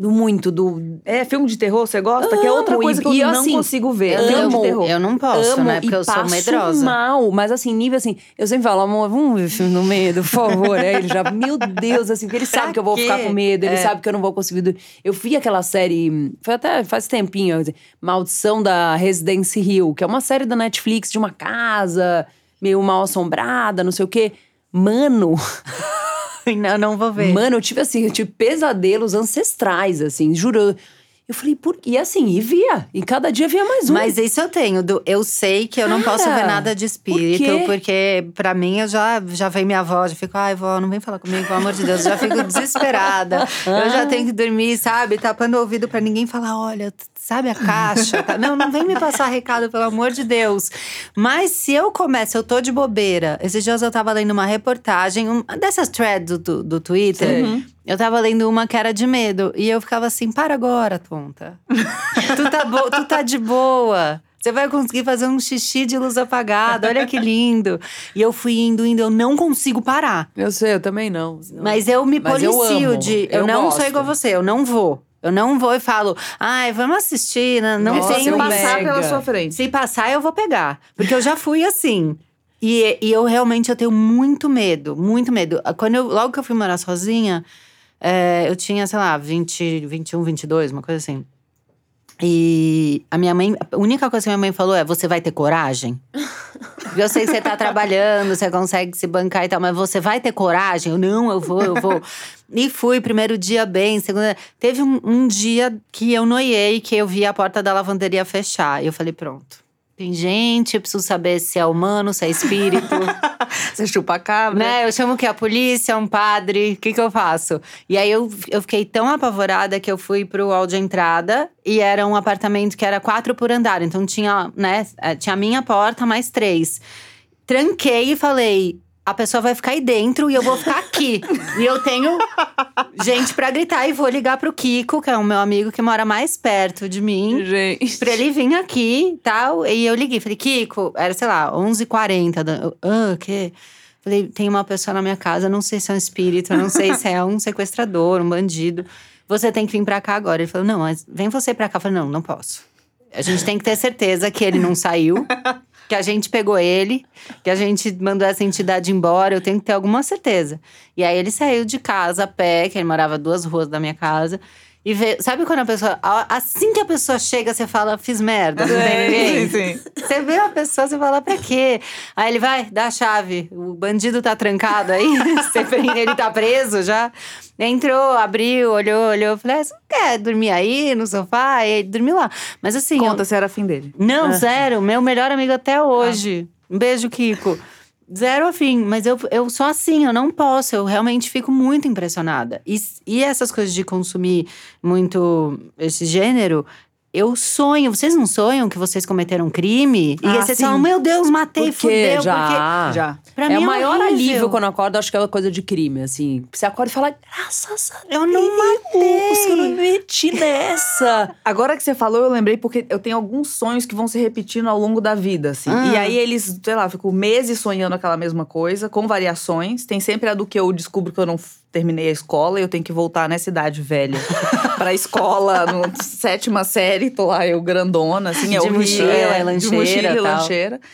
filme de terror, você gosta? Que é outra coisa que eu não consigo ver. Filme de terror. Eu não posso, né? Porque eu sou medrosa. Mal, mas assim, nível assim… Eu sempre falo, amor, vamos ver filme no medo, por favor. Aí ele já, meu Deus, assim… Porque ele sabe que eu vou ficar com medo, ele sabe que eu não vou conseguir… Eu vi aquela série… Foi até faz tempinho, Maldição da Residence Hill. Que é uma série da Netflix de uma casa… meio mal assombrada, não sei o quê. Mano… não vou ver. Mano, eu tive pesadelos ancestrais, assim, juro. Eu falei, por quê? E assim, e via. E cada dia via mais um. Mas isso eu tenho. Eu sei que eu não posso ver nada de espírito. Porque pra mim, eu já vem minha avó. Já fico, ai, vó, não vem falar comigo, pelo amor de Deus. Eu já fico desesperada. Eu já tenho que dormir, sabe? Tapando o ouvido pra ninguém falar, olha… Sabe a caixa? Não vem me passar recado, pelo amor de Deus. Mas se eu começo, eu tô de bobeira. Esses dias eu tava lendo uma reportagem, dessas threads do Twitter. Eu tava lendo uma que era de medo. E eu ficava assim, para agora, tonta. Tu tá de boa. Você vai conseguir fazer um xixi de luz apagada, olha que lindo. E eu fui indo, eu não consigo parar. Eu sei, eu também não. Mas eu me policio eu não sou igual você, eu não vou. Eu não vou e falo, ai, vamos assistir, não tenho… passar pela sua frente. Se passar, eu vou pegar. Porque eu já fui assim. E eu realmente, eu tenho muito medo, muito medo. Logo que eu fui morar sozinha, eu tinha, sei lá, 20, 21, 22, uma coisa assim. E a única coisa que minha mãe falou é, você vai ter coragem? Eu sei que você tá trabalhando, você consegue se bancar e tal, mas você vai ter coragem? Eu vou. E fui, primeiro dia bem, segunda… Teve um dia que eu noiei, que eu vi a porta da lavanderia fechar. E eu falei, pronto. Tem gente, eu preciso saber se é humano, se é espírito. Você chupa a cabra. Né? Eu chamo o quê? A polícia, um padre, o que eu faço? E aí eu fiquei tão apavorada que eu fui pro hall de entrada. E era um apartamento que era 4 por andar. Então tinha, né, tinha a minha porta, mais 3. Tranquei e falei… A pessoa vai ficar aí dentro e eu vou ficar aqui. E eu tenho gente pra gritar. E vou ligar pro Kiko, que é o meu amigo que mora mais perto de mim. Gente. Pra ele vir aqui e tal. E eu liguei, falei, Kiko, era, sei lá, 11h40. O quê? Falei, tem uma pessoa na minha casa, não sei se é um espírito, não sei se é um sequestrador, um bandido. Você tem que vir pra cá agora. Ele falou, não, mas vem você pra cá. Eu falei, não posso. A gente tem que ter certeza que ele não saiu. Que a gente pegou ele, que a gente mandou essa entidade embora, eu tenho que ter alguma certeza. E aí ele saiu de casa a pé, que ele morava 2 ruas da minha casa. E sabe quando a pessoa… Assim que a pessoa chega, você fala, fiz merda, não tem ninguém? Sim. Você vê a pessoa, você fala, pra quê? Aí ele vai, dá a chave, o bandido tá trancado aí, ele tá preso já. Entrou, abriu, olhou, falei, você não quer dormir aí no sofá? E ele dormiu lá. Mas assim… Conta se era afim dele. Não, zero, meu melhor amigo até hoje. Um beijo, Kiko. Zero afim, mas eu sou assim, eu não posso, eu realmente fico muito impressionada. E essas coisas de consumir muito esse gênero, eu sonho. Vocês não sonham que vocês cometeram um crime? E aí vocês falam, meu Deus, matei, fudeu. Já. Pra mim o maior horrível. alívio quando eu acordo, acho que é uma coisa de crime, assim. Você acorda e fala, graças a Deus, eu não matei. eu não me meti nessa. Agora que você falou, eu lembrei, porque eu tenho alguns sonhos que vão se repetindo ao longo da vida, assim. E aí eles, sei lá, ficam meses sonhando aquela mesma coisa, com variações. Tem sempre a do que eu descubro que eu não terminei a escola e eu tenho que voltar nessa idade velha pra escola, no 7ª série, tô lá eu grandona, assim, é de horrível. Mochila e lancheira, de mochila e tal. lancheira.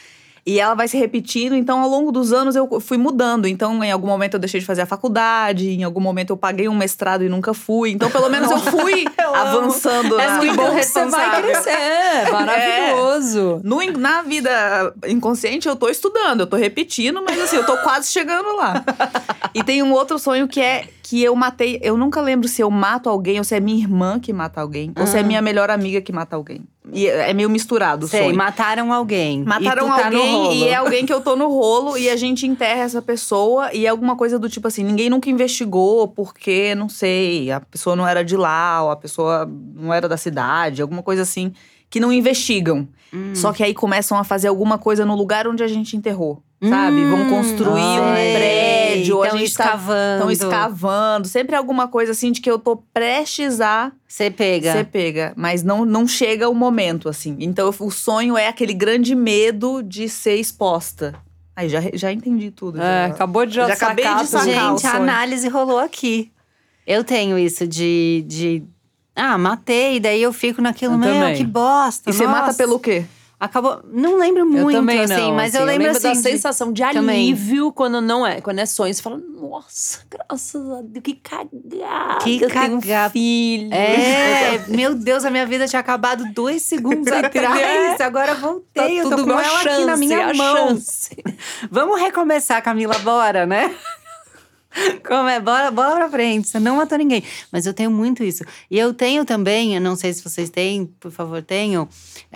E ela vai se repetindo, então ao longo dos anos eu fui mudando. Então, em algum momento eu deixei de fazer a faculdade, em algum momento eu paguei um mestrado e nunca fui. Então, pelo menos eu fui avançando. Muito bom, você vai crescer. Maravilhoso. Na vida inconsciente eu tô estudando, eu tô repetindo, mas assim, eu tô quase chegando lá. E tem um outro sonho que é que eu matei… Eu nunca lembro se eu mato alguém ou se é minha irmã que mata alguém. Ou se é minha melhor amiga que mata alguém. E é meio misturado o sonho. Mataram alguém. Mataram alguém e é alguém que eu tô no rolo. E a gente enterra essa pessoa. E é alguma coisa do tipo assim, ninguém nunca investigou porque, não sei, a pessoa não era de lá. Ou a pessoa não era da cidade. Alguma coisa assim, que não investigam. Só que aí começam a fazer alguma coisa no lugar onde a gente enterrou. Sabe? Vão construir um prédio. Ou a gente estão escavando. Sempre alguma coisa assim de que eu tô prestes a… Você pega. Mas não chega o momento, assim. Então, o sonho é aquele grande medo de ser exposta. Aí, já entendi tudo. Acabou de já acabei de sacar. Gente, a análise rolou aqui. Eu tenho isso de matei, daí eu fico naquilo, que bosta. E você mata pelo quê? Acabou. Não lembro muito, eu também não, mas eu lembro assim, da sensação de alívio quando não é. Quando é sonho, você fala, nossa, graças a Deus, que cagada. Eu tenho um filho. Meu Deus, a minha vida tinha acabado 2 segundos atrás. Agora voltei, eu tô com ela aqui na minha mão. Vamos recomeçar, Camila, bora, né? Como é? Bola pra frente, você não matou ninguém. Mas eu tenho muito isso. E eu tenho também, eu não sei se vocês têm, por favor, tenham,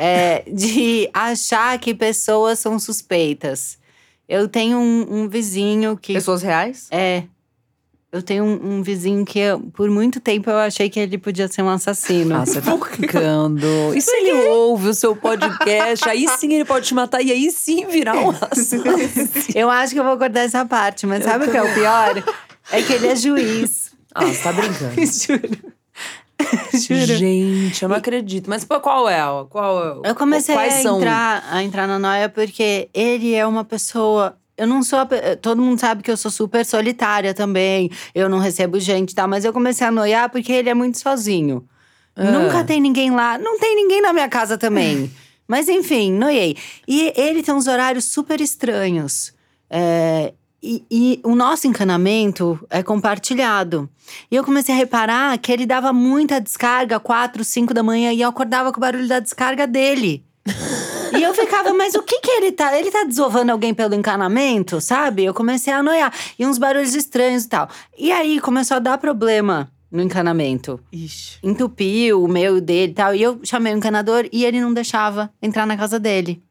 de achar que pessoas são suspeitas. Eu tenho um vizinho que… Pessoas reais? Eu tenho um vizinho que, por muito tempo, eu achei que ele podia ser um assassino. Você tá brincando. E se ele ouve o seu podcast, aí sim ele pode te matar e aí sim virar um assassino. Eu acho que eu vou cortar essa parte, mas sabe o que é o pior? É que ele é juiz. Você tá brincando. Juro. Gente, eu não acredito. Mas qual é? Eu comecei a entrar na noia porque ele é uma pessoa… Eu não sou… Todo mundo sabe que eu sou super solitária também. Eu não recebo gente e tal. Mas eu comecei a noiar porque ele é muito sozinho. Nunca tem ninguém lá. Não tem ninguém na minha casa também. Mas enfim, noiei. E ele tem uns horários super estranhos. E o nosso encanamento é compartilhado. E eu comecei a reparar que ele dava muita descarga 4, 5 da manhã. E eu acordava com o barulho da descarga dele. E eu ficava, mas o que ele tá… Ele tá desovando alguém pelo encanamento, sabe? Eu comecei a noiar. E uns barulhos estranhos e tal. E aí, começou a dar problema no encanamento. Ixi. Entupiu o meu dele e tal. E eu chamei o encanador e ele não deixava entrar na casa dele.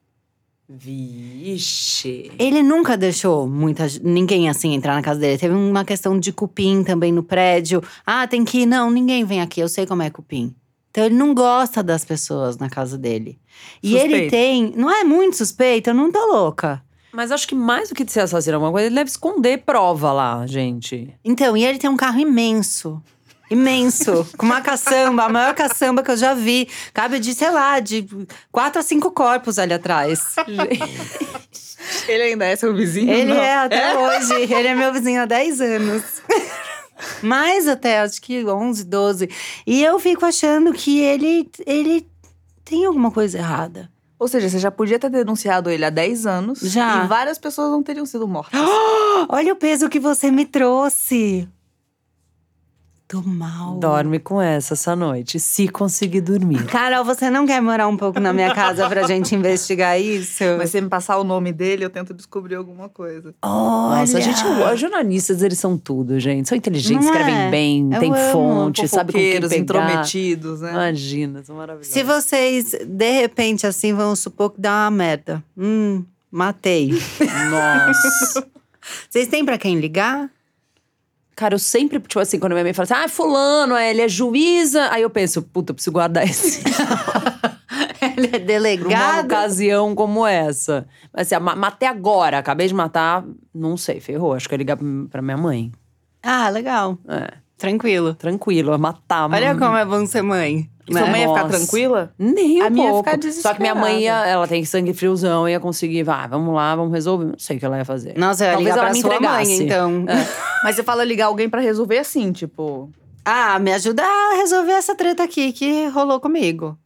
Vixe. Ele nunca deixou ninguém assim entrar na casa dele. Teve uma questão de cupim também no prédio. Tem que ir. Não, ninguém vem aqui. Eu sei como é cupim. Então, ele não gosta das pessoas na casa dele. E ele tem… Não é muito suspeito, eu não tô louca. Mas acho que mais do que de ser assassino alguma coisa, ele deve esconder prova lá, gente. Então, e ele tem um carro imenso. Imenso. Com uma caçamba, a maior caçamba que eu já vi. Cabe de, sei lá, de 4 a 5 corpos ali atrás. Ele ainda é seu vizinho? Ele é, até hoje. Ele é meu vizinho há 10 anos. Mais até, acho que 11, 12. E eu fico achando que ele tem alguma coisa errada. Ou seja, você já podia ter denunciado ele há 10 anos. Já. E várias pessoas não teriam sido mortas. Olha o peso que você me trouxe. Tô mal. Dorme com essa noite, se conseguir dormir. Carol, você não quer morar um pouco na minha casa pra gente investigar isso? Mas se me passar o nome dele, eu tento descobrir alguma coisa. Olha. Nossa, os jornalistas, eles são tudo, gente. São inteligentes, escrevem bem, tem fonte, sabe com quem pegar. Intrometidos, né? Imagina, são maravilhosos. Se vocês, de repente, assim, vamos supor que dá uma merda. Matei. Nossa. Vocês têm pra quem ligar? Cara, eu sempre, tipo assim, quando minha mãe fala assim… fulano, ele é juíza… Aí eu penso, puta, eu preciso guardar esse… Ele é delegado? Pra uma ocasião como essa. Mas assim, matei agora, acabei de matar… Não sei, ferrou. Acho que eu ia ligar pra minha mãe. Legal. Tranquilo. Tranquilo, matar. Olha como é bom ser mãe. E sua mãe ia ficar tranquila? Nem um pouco. Minha ia ficar desesperada. Só que minha mãe, ela tem sangue friozão, ia conseguir… vamos lá, vamos resolver. Não sei o que ela ia fazer. Nossa, eu ia ligar pra sua mãe, então. Mas você fala ligar alguém pra resolver assim, tipo… Me ajuda a resolver essa treta aqui que rolou comigo.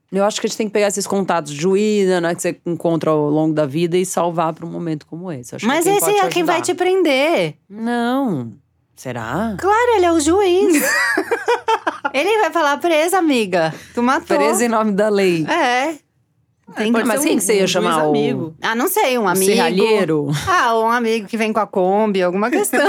Eu acho que a gente tem que pegar esses contatos de juíza, né? Que você encontra ao longo da vida e salvar para um momento como esse. Acho Mas esse é quem vai te prender. Não. Será? Claro, ele é o juiz. Ele vai falar presa, amiga. Tu matou. Presa em nome da lei. É. Mas quem que você ia chamar? Amigo. Ah, não sei, um amigo. Serralheiro? Ah, um amigo que vem com a Kombi, alguma questão.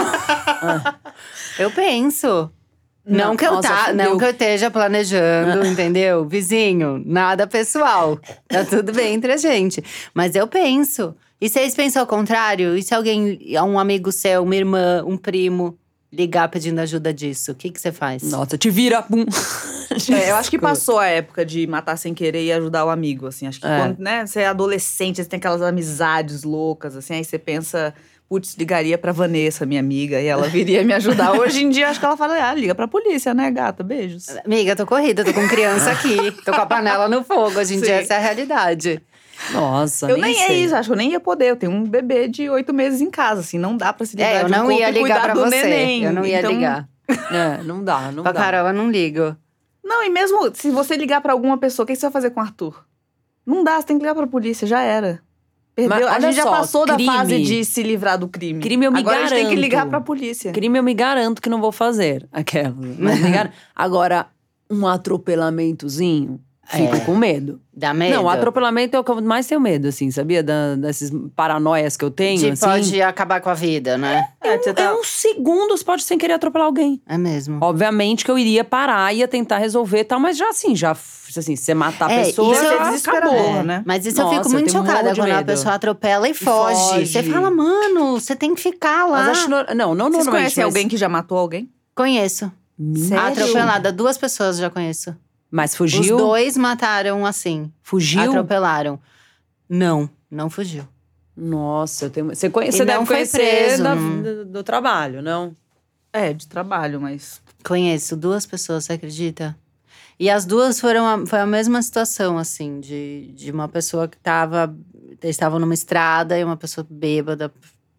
Eu penso. Não que eu esteja planejando, entendeu? Vizinho, nada pessoal. Tá tudo bem entre a gente. Mas eu penso. E se eles pensam ao contrário? E se alguém, um amigo seu, uma irmã, um primo, ligar pedindo ajuda disso? O que você faz? Nossa, te vira, pum. Eu acho que passou a época de matar sem querer e ajudar o amigo, assim. Acho que quando, né, você é adolescente, você tem aquelas amizades loucas, assim. Aí você pensa, putz, ligaria pra Vanessa, minha amiga, e ela viria me ajudar. Hoje em dia, acho que ela fala, liga pra polícia, né, gata? Beijos. Amiga, tô corrida, tô com criança aqui. Tô com a panela no fogo, hoje em dia essa é a realidade. Nossa, eu nem é isso, acho que eu nem ia poder. Eu tenho um bebê de 8 meses em casa, assim, não dá pra se ligar eu não ia ligar pra você. Neném. Eu não ia ligar. Não dá. Pra Carol, eu não ligo. Não, e mesmo se você ligar pra alguma pessoa, o que você vai fazer com o Arthur? Não dá, você tem que ligar pra polícia, já era. Perdeu. A gente já passou da fase de se livrar do crime. Crime eu me Agora garanto. A gente tem que ligar pra polícia. Crime eu me garanto que não vou fazer. Mas me garanto. Agora, um atropelamentozinho, fico com medo. Dá medo? Não, atropelamento é o que eu mais tenho medo, assim, sabia? Desses paranoias que eu tenho, assim. Pode acabar com a vida, né? Uns segundos pode sem querer atropelar alguém. É mesmo. Obviamente que eu iria parar, ia tentar resolver e tal, mas já assim, você matar a pessoa, isso já acabou, né? Mas isso eu fico muito chocada quando a pessoa atropela e foge. Você fala, mano, você tem que ficar lá. Mas acho não Vocês conhecem alguém que já matou alguém? Conheço. Sério? Atropelada, 2 pessoas já conheço. Mas fugiu? Os 2 mataram assim. Fugiu? Atropelaram. Não fugiu. Nossa, você deve conhecer do trabalho, não? É, de trabalho, mas… Conheço 2 pessoas, você acredita? E as 2 foi a mesma situação, assim, de uma pessoa que estavam numa estrada e uma pessoa bêbada.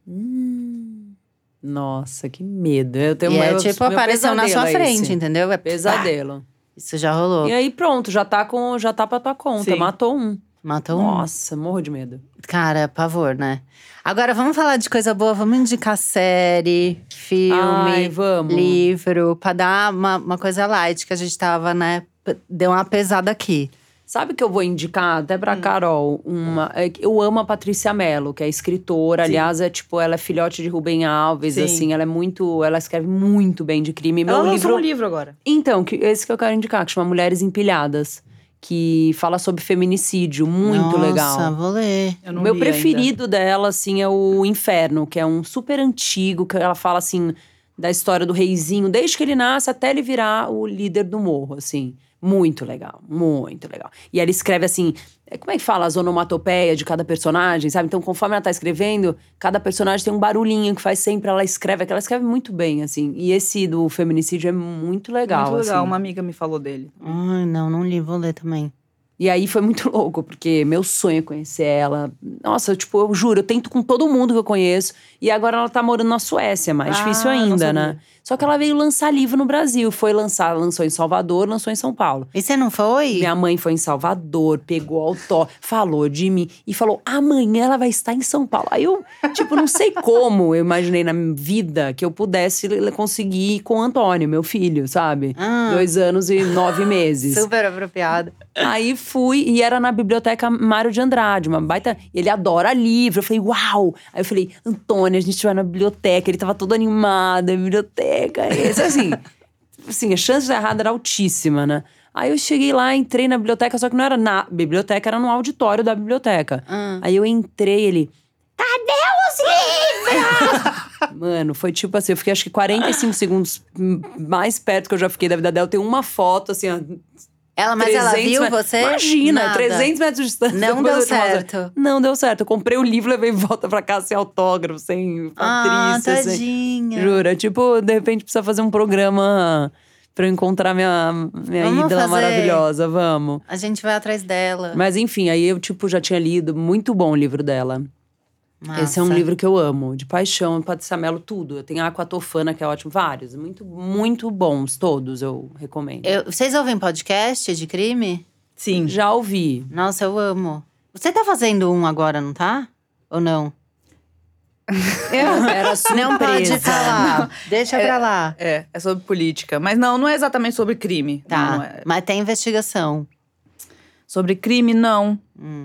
Nossa, que medo. Eu tenho apareceu na sua frente, entendeu? É pesadelo. Isso já rolou. E aí pronto, já tá pra tua conta. Sim. Matou um. Nossa, morro de medo. Cara, pavor, né? Agora, vamos falar de coisa boa. Vamos indicar série, filme, livro. Pra dar uma coisa light, que a gente tava, né? Deu uma pesada aqui. Sabe que eu vou indicar até pra Carol? Eu amo a Patrícia Mello, que é escritora. Sim. Aliás, ela é filhote de Rubem Alves, Sim. assim. Ela escreve muito bem de crime. Ela lançou um livro agora. Então, esse que eu quero indicar, que chama Mulheres Empilhadas. Que fala sobre feminicídio, muito legal. Nossa, vou ler. O meu preferido ainda dela, assim, é o Inferno. Que é um super antigo, que ela fala, assim, da história do reizinho. Desde que ele nasce até ele virar o líder do morro, assim. Muito legal, muito legal. E ela escreve assim, como é que fala? As onomatopeias de cada personagem, sabe? Então, conforme ela tá escrevendo, cada personagem tem um barulhinho que faz sempre, ela escreve muito bem, assim. E esse do feminicídio é muito legal, muito legal, assim. Uma amiga me falou dele. Ai, não li, vou ler também. E aí foi muito louco, porque meu sonho é conhecer ela. Nossa, eu juro, eu tento com todo mundo que eu conheço. E agora ela tá morando na Suécia, mais difícil ainda, né? Só que ela veio lançar livro no Brasil. Lançou em Salvador, lançou em São Paulo. E você não foi? Minha mãe foi em Salvador, pegou autógrafo, falou de mim. E falou, amanhã ela vai estar em São Paulo. Aí eu, não sei como eu imaginei na minha vida que eu pudesse conseguir ir com o Antônio, meu filho, sabe? 2 anos e 9 meses. Super apropriado. Aí fui, e era na Biblioteca Mário de Andrade, uma baita… Ele adora livro, eu falei, uau! Aí eu falei, Antônio, a gente vai na biblioteca, ele tava todo animado, a biblioteca, assim, a chance de dar errado era altíssima, né? Aí eu cheguei lá, entrei na biblioteca, só que não era na biblioteca, era no auditório da biblioteca. Aí eu entrei, ele… Cadê os livros? Mano, foi tipo assim, eu fiquei acho que 45 segundos mais perto que eu já fiquei da vida dela. Eu tenho uma foto, assim, ó… Mas ela viu você? Imagina, Nada. 300 metros de distância. Não deu certo. Não deu certo. Eu comprei o livro, levei de volta pra casa sem autógrafo, sem Patrícia. Tadinha. Jura, de repente precisa fazer um programa pra eu encontrar minha ídola maravilhosa. Vamos. A gente vai atrás dela. Mas enfim, aí eu já tinha lido. Muito bom o livro dela. Nossa. Esse é um livro que eu amo, de paixão, Patrícia Mello, tudo. Eu tenho a Aquatofana, que é ótimo, vários. Muito, muito bons, todos eu recomendo. Vocês ouvem podcast de crime? Sim. Já ouvi. Nossa, eu amo. Você tá fazendo um agora, não tá? Ou não? Era surpresa. Não pode falar. Deixa pra lá. É sobre política. Mas não é exatamente sobre crime. Tá, não é. mas tem investigação. Sobre crime, não.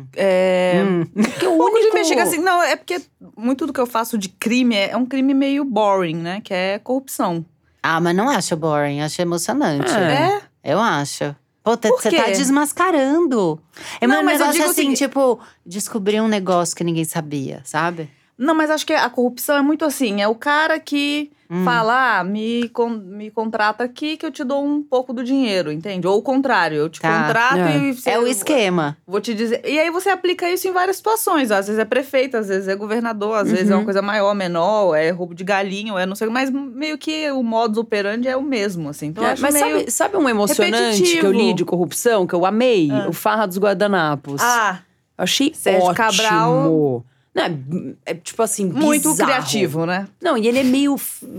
Porque o Pouco de investigação. Não, é porque muito do que eu faço de crime é um crime meio boring, né? Que é corrupção. Ah, mas não acho boring, acho emocionante. É? Eu acho. Pô, Por você quê? tá desmascarando. É Não, um mas eu negócio digo assim, assim- tipo, descobrir um negócio que ninguém sabia, sabe? Não, mas acho que a corrupção é muito assim. É o cara que fala, me contrata aqui que eu te dou um pouco do dinheiro, entende? Ou o contrário, eu te Tá. contrato e… É o esquema. Vou te dizer… E aí você aplica isso em várias situações. Às vezes é prefeito, às vezes é governador, às vezes é uma coisa maior, menor, é roubo de galinha, ou é não sei… Mas meio que o modus operandi é o mesmo, assim. Então eu acho mas meio… sabe um emocionante repetitivo. que eu li de corrupção, que eu amei? O Farra dos Guardanapos. Eu achei Sérgio ótimo. Cabral. Não, é tipo assim, Muito bizarro. criativo, né? Não, e ele é meio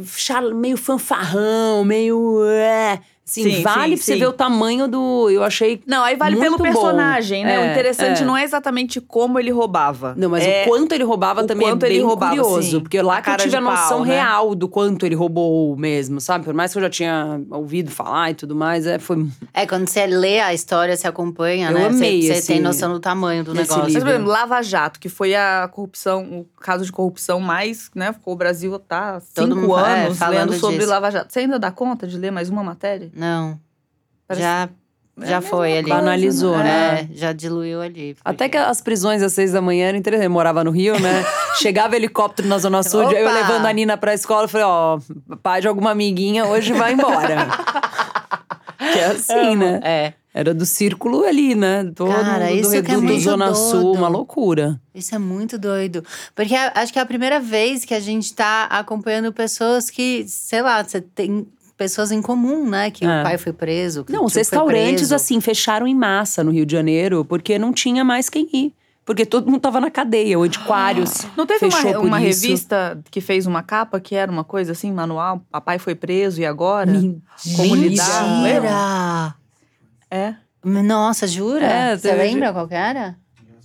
fanfarrão, meio… Assim, Sim, vale sim, pra você sim. ver o tamanho do… Eu achei Não, aí vale muito pelo personagem, bom. né? O interessante não é exatamente como ele roubava. Não, mas o quanto ele roubava o também quanto é ele bem roubava, curioso. sim. Porque lá A que eu cara tive a de noção pau, né? real do quanto ele roubou mesmo, sabe? Por mais que eu já tinha ouvido falar e tudo mais, foi… É, quando você lê a história, você acompanha, Eu né? amei Você esse- tem noção do tamanho do desse negócio. Mas, livro. por exemplo, Lava Jato, que foi a corrupção, o caso de corrupção mais, né? Ficou o Brasil tá Todo 5 mundo anos falando lendo sobre disso. Lava Jato. Você ainda dá conta de ler mais uma matéria? Não. Parece- Já a foi mesma ali. coisa, Banalizou, né? É, já diluiu ali. Até que as prisões às 6 da manhã eram interessantes. Eu morava no Rio, né? Chegava helicóptero na Zona Sul, eu Opa! levando a Nina pra escola. Eu falei, pai de alguma amiguinha hoje vai embora. Que é assim, né? É. Era do círculo ali, né? Todo Cara, mundo do isso que é Reduto, muito Zona doido. Sul, uma loucura. Isso é muito doido. Porque acho que é a primeira vez que a gente tá acompanhando pessoas que, sei lá, você tem pessoas em comum, né? Que o pai foi preso, que o Não, os tio foi restaurantes, preso. assim, fecharam em massa no Rio de Janeiro, porque não tinha mais quem ir. Porque todo mundo tava na cadeia, o Antiquários Não teve fechou por uma isso. revista que fez uma capa que era uma coisa assim, manual? Papai foi preso e agora? Como Mentira! lidar? Lembra? Mentira! É. Nossa, jura? É, Você teve- lembra qual que era?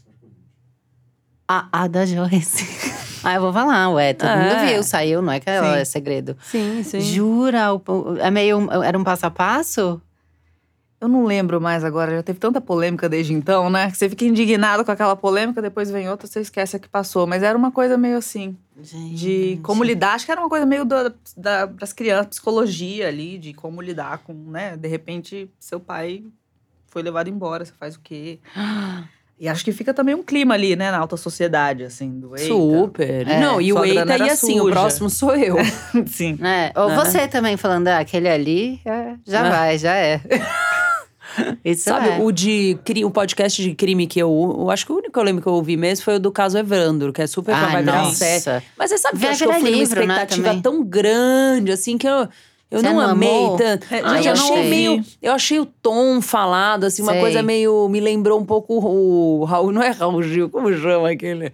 A da Joyce. Eu vou falar, todo mundo viu, saiu, não é que é segredo. Sim, sim. Jura? Era um passo a passo? Eu não lembro mais agora, já teve tanta polêmica desde então, né? Que você fica indignado com aquela polêmica, depois vem outra, você esquece a que passou. Mas era uma coisa meio assim, de como lidar. Acho que era uma coisa meio das crianças, psicologia ali, de como lidar com, né? De repente, seu pai foi levado embora, você faz o quê? E acho que fica também um clima ali, né? Na alta sociedade, assim, do eita. Super. Não, e o sua grana Eita, e era assim, o suja. próximo sou eu. Sim. Ou você também falando, aquele ali, já é. Isso Sabe, é. o podcast de crime que eu acho que o único que eu lembro que eu ouvi mesmo foi o do caso Evandro, que é super vai virar nossa. série. Mas você sabe que eu Vai acho que eu virar fui numa livro, né, expectativa também. tão grande, assim, que eu Você não não amei amou? tanto. Gente, Eu eu não achei ouvi. meio. Eu achei o tom falado, assim, uma Sei. coisa meio. Me lembrou um pouco o Raul. Não é Raul Gil, como chama aquele?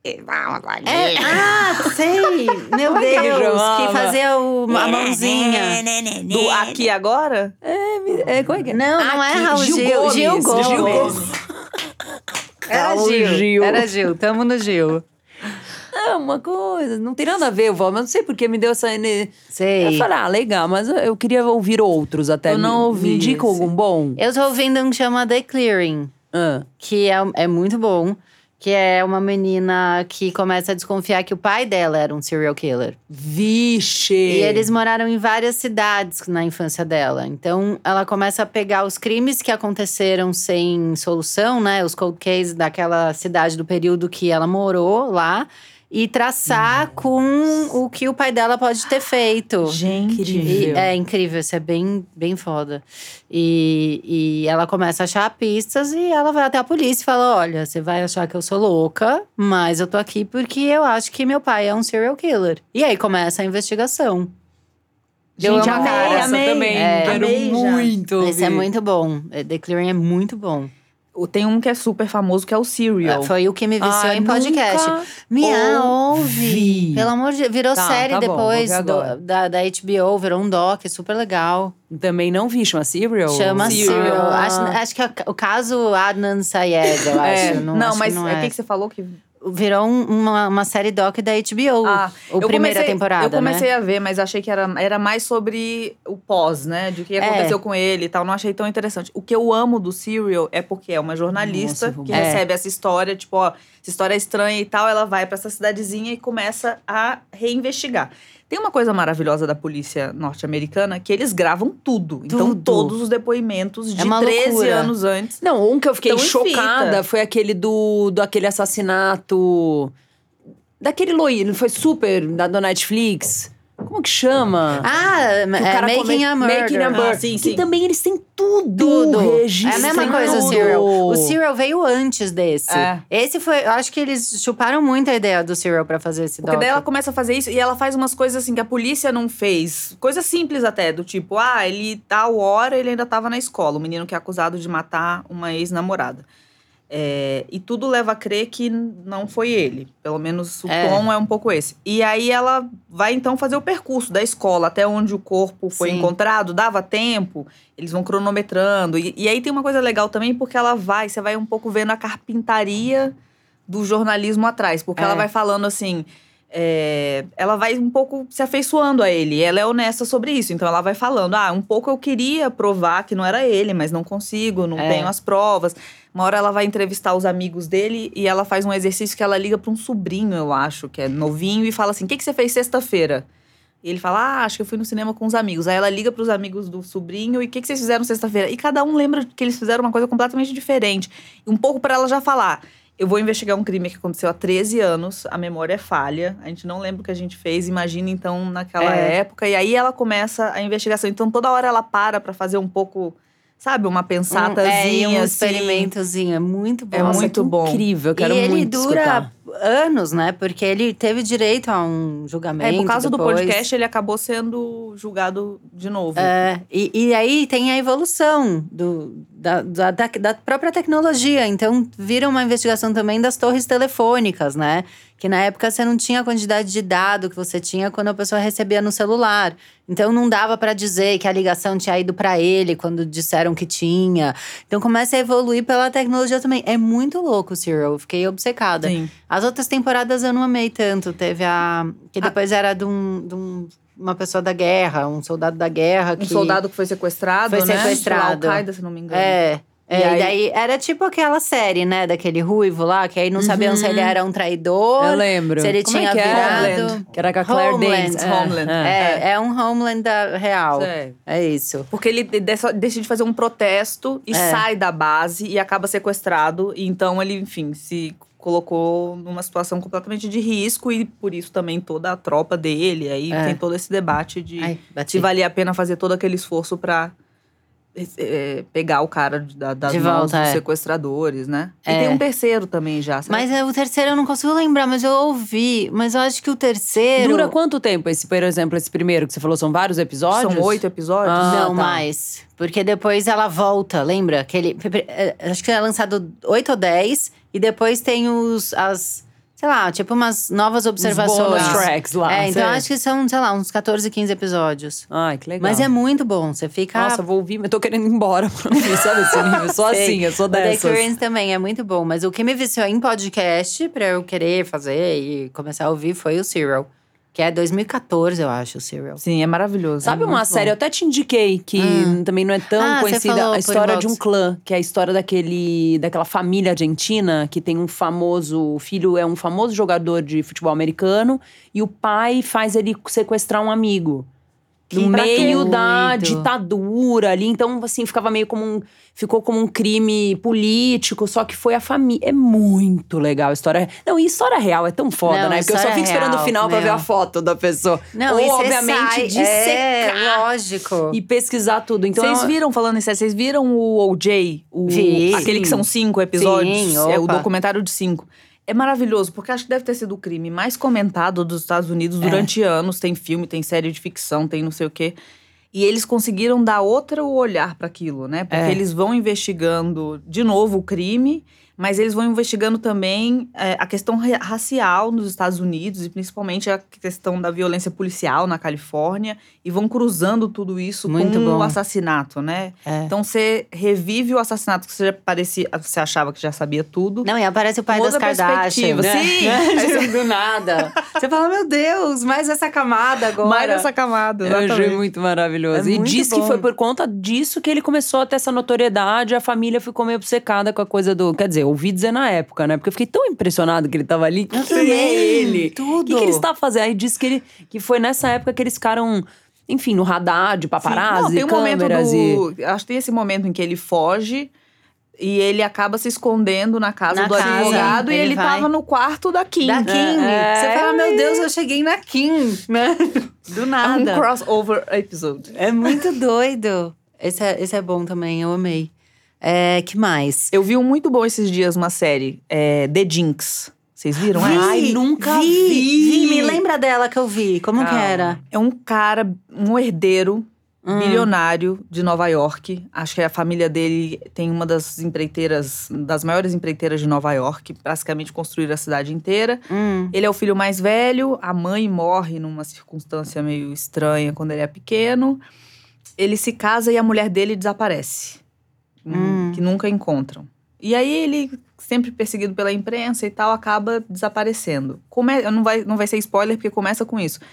Sei! Meu Como é que ele Deus! chamava? Que fazia a mãozinha. Do Aqui Agora? Como é que é? Não é Raul Gil. Gomes, Gil Gomes. Gil Gomes. Era Raul Gil. Era Gil, tamo no Gil. É uma coisa, não tem nada a ver, vó, mas não sei porque me deu essa… Sei. Eu falei, legal, mas eu queria ouvir outros até. Eu não ouvi Me indica esse. algum bom? Eu tô ouvindo um que chama The Clearing, que é muito bom. Que é uma menina que começa a desconfiar que o pai dela era um serial killer. Vixe! E eles moraram em várias cidades na infância dela. Então, ela começa a pegar os crimes que aconteceram sem solução, né? Os cold cases daquela cidade do período que ela morou lá. E traçar com o que o pai dela pode ter feito. Gente. E é incrível, isso é bem, bem foda. E ela começa a achar pistas e ela vai até a polícia e fala: olha, você vai achar que eu sou louca, mas eu tô aqui porque eu acho que meu pai é um serial killer. E aí começa a investigação. Gente, amo amei, essa amei. também. É, Quero amei já. muito ouvir. Esse é muito bom. The Clearing é muito bom. Tem um que é super famoso, que é o Serial. Foi o que me viciou em podcast. Ouve. Pelo amor de Deus. Virou série depois da HBO, virou um doc, super legal. Também não vi, chama Serial? Chama Serial. Acho que é o caso Adnan Syed, eu acho. Não, mas o que você falou que… Virou uma série doc da HBO, primeira temporada, Eu comecei a ver, mas achei que era mais sobre o pós, né? De o que aconteceu com ele e tal. Não achei tão interessante. O que eu amo do Serial é porque é uma jornalista que recebe essa história. Tipo, essa história é estranha e tal. Ela vai pra essa cidadezinha e começa a reinvestigar. Tem uma coisa maravilhosa da polícia norte-americana, que eles gravam tudo. Então, todos os depoimentos de 13 anos antes. Não, um que eu fiquei chocada foi aquele aquele assassinato… Daquele loiro, foi super, da Netflix… Como que chama? Making a Murder. Sim. Que também eles têm tudo. É a mesma coisa, o Serial. O Serial veio antes desse. Esse foi… Eu acho que eles chuparam muito a ideia do Serial pra fazer esse doc. Porque daí ela começa a fazer isso e ela faz umas coisas assim que a polícia não fez. Coisas simples até, do tipo… ele tal hora ele ainda tava na escola. O menino que é acusado de matar uma ex-namorada. E tudo leva a crer que não foi ele. Pelo menos o tom é um pouco esse. E aí ela vai então fazer o percurso da escola até onde o corpo foi encontrado. Dava tempo, eles vão cronometrando. E aí tem uma coisa legal também, porque você vai um pouco vendo a carpintaria do jornalismo atrás. Porque ela vai falando assim… ela vai um pouco se afeiçoando a ele. Ela é honesta sobre isso. Então ela vai falando, um pouco eu queria provar que não era ele, mas não consigo, não tenho as provas. Uma hora ela vai entrevistar os amigos dele e ela faz um exercício que ela liga para um sobrinho, eu acho, que é novinho, e fala assim, o que você fez sexta-feira? E ele fala, acho que eu fui no cinema com os amigos. Aí ela liga pros amigos do sobrinho, e o que vocês fizeram sexta-feira? E cada um lembra que eles fizeram uma coisa completamente diferente. E um pouco para ela já falar… Eu vou investigar um crime que aconteceu há 13 anos, a memória é falha, a gente não lembra o que a gente fez, imagina então naquela época. E aí ela começa a investigação, então toda hora ela para fazer um pouco, sabe, uma pensatazinha. Um experimentozinho, é muito bom. É muito bom. Incrível, quero muito escutar. E ele dura anos, né, porque ele teve direito a um julgamento por causa depois. do podcast, ele acabou sendo julgado de novo. E aí tem a evolução da própria tecnologia. Então, vira uma investigação também das torres telefônicas, né? Que na época você não tinha a quantidade de dado que você tinha quando a pessoa recebia no celular. Então, não dava pra dizer que a ligação tinha ido pra ele quando disseram que tinha. Então, começa a evoluir pela tecnologia também. É muito louco o Serial, eu fiquei obcecada. Sim. As outras temporadas eu não amei tanto. Teve que depois era de uma pessoa da guerra, um soldado da guerra. Um soldado que foi sequestrado, foi sequestrado. Al-Qaeda, se não me engano. E daí era tipo aquela série, né, daquele ruivo lá, que aí não sabiam se ele era um traidor. Eu lembro. Se ele tinha virado. Que era com a Claire Danes. Homeland. É um Homeland real. É isso. Porque ele decide fazer um protesto e sai da base e acaba sequestrado. E então ele, enfim, se colocou numa situação completamente de risco. E por isso também toda a tropa dele. Aí tem todo esse debate de se valia a pena fazer todo aquele esforço pra… pegar o cara das mãos dos sequestradores, né? E tem um terceiro também já. Sabe? Mas o terceiro eu não consigo lembrar, mas eu ouvi. Mas eu acho que o terceiro… Dura quanto tempo, por exemplo, esse primeiro que você falou? São vários episódios? São 8 episódios? Não, mais. Porque depois ela volta, lembra? Acho que é lançado 8 ou 10. E depois tem sei lá, tipo umas novas observações. Os bonus tracks lá. Então acho que são, sei lá, uns 14, 15 episódios. Ai, que legal. Mas é muito bom, você fica… Nossa, vou ouvir, mas tô querendo ir embora pra ouvir, sabe esse nível? Só assim, eu sou dessas. The Currents também é muito bom, mas o que me viciou em podcast, pra eu querer fazer e começar a ouvir, foi o Serial. Que é 2014, eu acho, o Serial. Sim, é maravilhoso. Sabe uma série, eu até te indiquei, que também não é tão conhecida. Falou, a história de um clã, que é a história daquela família argentina, que tem o filho é um famoso jogador de futebol americano, e o pai faz ele sequestrar um amigo. No meio da ditadura ali. Então, assim, ficou como um crime político. Só que foi a família. É muito legal a história. Não, e história real é tão foda, né? Porque eu só fico esperando o final pra ver a foto da pessoa. Não, ou, obviamente, dissecar. Lógico. E pesquisar tudo. Então, vocês viram, falando isso, vocês viram o OJ? Aquele que são 5 episódios? Sim, o documentário de 5. É maravilhoso, porque acho que deve ter sido o crime mais comentado dos Estados Unidos durante anos. Tem filme, tem série de ficção, tem não sei o quê. E eles conseguiram dar outro olhar para aquilo, né? Porque eles vão investigando, de novo, o crime, mas eles vão investigando também a questão racial nos Estados Unidos, e principalmente a questão da violência policial na Califórnia, e vão cruzando tudo isso com o assassinato, né? Então você revive o assassinato que você achava que já sabia tudo. Não, e aparece o pai das Kardashian, né? Sim! Do nada. Você fala, meu Deus, mais essa camada agora. Mais essa camada, exatamente. Eu achei muito maravilhoso. E diz que foi por conta disso que ele começou a ter essa notoriedade, a família ficou meio obcecada com a coisa do… Quer dizer, ouvi dizer na época, né? Porque eu fiquei tão impressionado que ele tava ali. Quem é ele? Tudo. O que ele está fazendo? Aí disse que foi nessa época que eles ficaram… Enfim, no radar de paparazzi, tem um câmeras Acho que tem esse momento em que ele foge… E ele acaba se escondendo na casa do advogado. E ele tava no quarto da Kim. Da Kim. Você fala, meu Deus, eu cheguei na Kim, né? Do nada. É um crossover episode. É muito doido. Esse é bom também, eu amei. Que mais? Eu vi um muito bom esses dias, uma série. The Jinx. Vocês viram? Ai, nunca vi. Me lembra dela que eu vi. Como que era? É um cara, um herdeiro… bilionário de Nova York. Acho que a família dele tem uma das maiores empreiteiras de Nova York. Basicamente construíram a cidade inteira. Ele é o filho mais velho. A mãe morre numa circunstância meio estranha quando ele é pequeno. Ele se casa e a mulher dele desaparece. Que nunca encontram. E aí ele, sempre perseguido pela imprensa e tal, acaba desaparecendo. Não vai ser spoiler, porque começa com isso.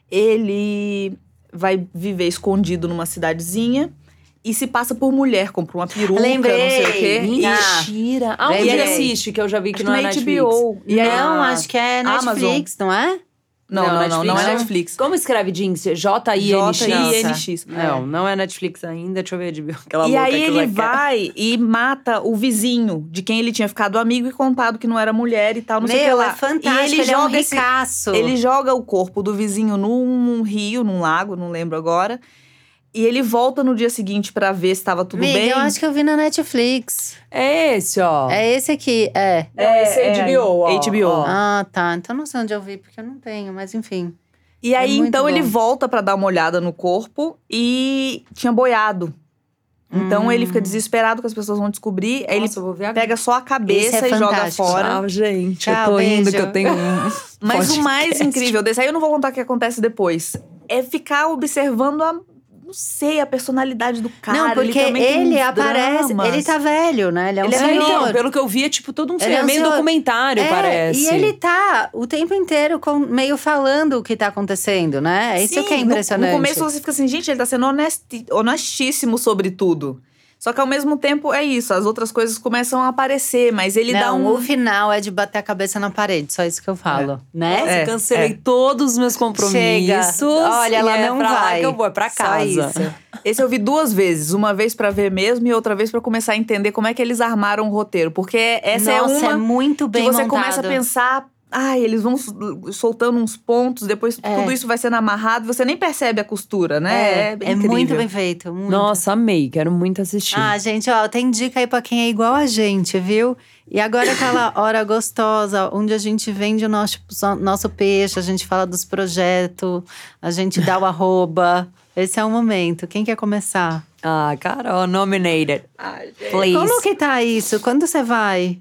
Ele… vai viver escondido numa cidadezinha e se passa por mulher, compra uma peruca, Lembrei. não sei o quê. Mentira! Onde ele assiste, que eu já vi que não é Netflix. HBO. E aí, não, acho que é Netflix, não é? Não é Netflix. Como escreve Jinx? J-I-N-X. J-I-N-X. Não é Netflix ainda. Deixa eu ver. E aí ele vai e mata o vizinho de quem ele tinha ficado amigo e contado que não era mulher e tal, não sei o que lá. É fantástico, ele é um ricaço. Ele joga o corpo do vizinho num rio, num lago, não lembro agora. E ele volta no dia seguinte pra ver se tava tudo bem. Eu acho que eu vi na Netflix. É esse, ó. É esse aqui, Esse é HBO, ó. HBO. Ah, tá. Então não sei onde eu vi, porque eu não tenho, mas enfim. E aí, então, ele volta pra dar uma olhada no corpo e tinha boiado. Então, ele fica desesperado que as pessoas vão descobrir. Aí ele pega só a cabeça e joga fora. Tchau, gente. Tchau, eu tô beijo. indo que eu tenho Mas o mais incrível desse… Aí eu não vou contar o que acontece depois. É ficar observando não sei, a personalidade do cara. Não, porque ele aparece… dramas. Ele tá velho, né? Ele é um senhor. Não, pelo que eu vi, é tipo todo um meio documentário, parece. E ele tá o tempo inteiro meio falando o que tá acontecendo, né? Isso que é impressionante. No começo você fica assim, gente, ele tá sendo honestíssimo sobre tudo. Só que ao mesmo tempo é isso, as outras coisas começam a aparecer, mas ele dá o final é de bater a cabeça na parede, só isso que eu falo, né? Nossa, cancelei todos os meus compromissos. Olha, ela não vai. Que eu vou, é pra casa. Só isso. Esse eu vi 2 vezes, uma vez pra ver mesmo e outra vez pra começar a entender como é que eles armaram o roteiro, porque essa é uma é muito bem que você montado. começa a pensar… eles vão soltando uns pontos, depois tudo isso vai sendo amarrado. Você nem percebe a costura, né? É muito bem feito. Muito. Nossa, amei. Quero muito assistir. Gente, tem dica aí pra quem é igual a gente, viu? E agora aquela hora gostosa, onde a gente vende o nosso peixe, a gente fala dos projetos, a gente dá o arroba. Esse é o momento. Quem quer começar? Carol, nominated. Please. Como que tá isso? Quando você vai?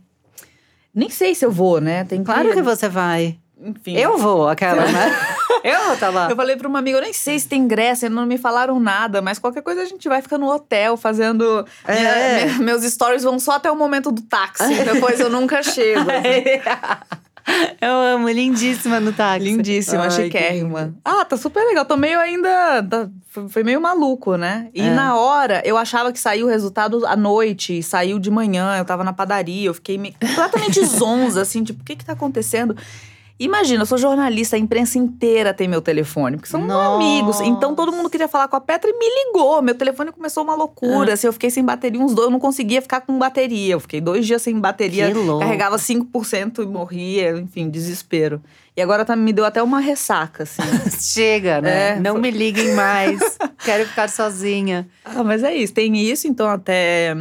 Nem sei se eu vou, né? Claro que você vai. Enfim. Eu vou, aquela, né? Eu vou estar lá. Eu falei pra uma amiga, eu nem sei se tem ingresso, ainda não me falaram nada. Mas qualquer coisa a gente vai ficar no hotel fazendo… meus stories vão só até o momento do táxi. Depois eu nunca chego. Eu amo, lindíssima no táxi. Lindíssima, chiquérrima. Tá super legal. Tô meio ainda… Foi meio maluco, né? E na hora, eu achava que saiu o resultado à noite. Saiu de manhã, eu tava na padaria. Eu fiquei completamente zonza, assim. Tipo, o que tá acontecendo? Imagina, eu sou jornalista, a imprensa inteira tem meu telefone. Porque são amigos. Então, todo mundo queria falar com a Petra e me ligou. Meu telefone começou uma loucura. Assim, eu fiquei sem bateria eu não conseguia ficar com bateria. Eu fiquei 2 dias sem bateria. Carregava 5% e morria. Enfim, desespero. E agora me deu até uma ressaca, assim. Chega, né? Não me liguem mais. Quero ficar sozinha. Mas é isso. Tem isso, então até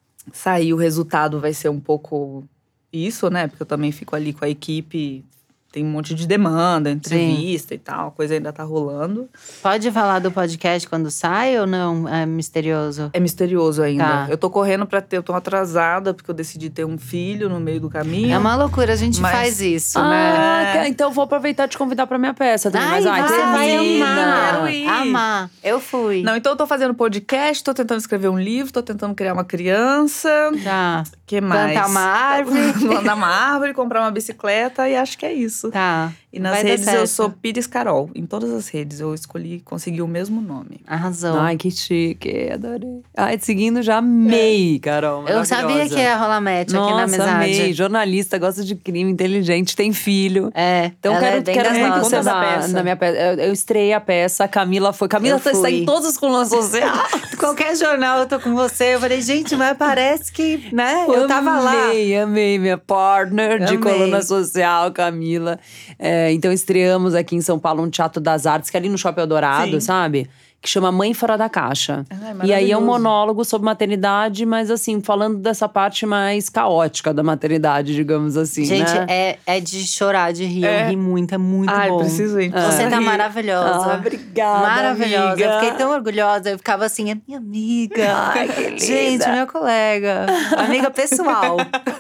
sair o resultado vai ser um pouco isso, né? Porque eu também fico ali com a equipe… tem um monte de demanda, entrevista e tal. A coisa ainda tá rolando. Pode falar do podcast quando sai ou não? É misterioso? É misterioso ainda. Tá. Eu tô correndo pra ter… Eu tô atrasada, porque eu decidi ter um filho no meio do caminho. É uma loucura, a gente faz isso, né? Então vou aproveitar e te convidar pra minha peça também. Ai, Mas, você vai amar. Quero ir. Amar. Eu fui. Não, então eu tô fazendo podcast, tô tentando escrever um livro, tô tentando criar uma criança. Tá. Que mais? Plantar uma árvore. Plantar uma árvore, comprar uma bicicleta e acho que é isso. Tá. E nas redes eu sou Pires Carol. Em todas as redes eu consegui o mesmo nome. Arrasou. Ai, que chique, adorei. Ai, te seguindo já amei, Carol. Eu sabia que ia rolar match aqui na amizade. Amei. Jornalista, gosta de crime, inteligente, tem filho. Então quero muito que você vá na minha peça. Eu estreiei a peça, a Camila foi. Camila está em todas as colunas sociais. Qualquer jornal eu tô com você. Eu falei, gente, mas parece que, né? Eu tava lá. Amei. Minha partner de coluna social, Camila. Então estreamos aqui em São Paulo um Teatro das Artes, que é ali no Shopping Eldorado, sabe? Que chama Mãe Fora da Caixa. E aí é um monólogo sobre maternidade, mas assim, falando dessa parte mais caótica da maternidade, digamos assim, gente, né? é de chorar, de rir. Eu ri muito, é muito bom. Preciso ir. Você tá maravilhosa. Obrigada, maravilhosa. amiga. Eu fiquei tão orgulhosa. Eu ficava assim, é minha amiga. Ai, que linda. Gente, minha colega. Amiga pessoal.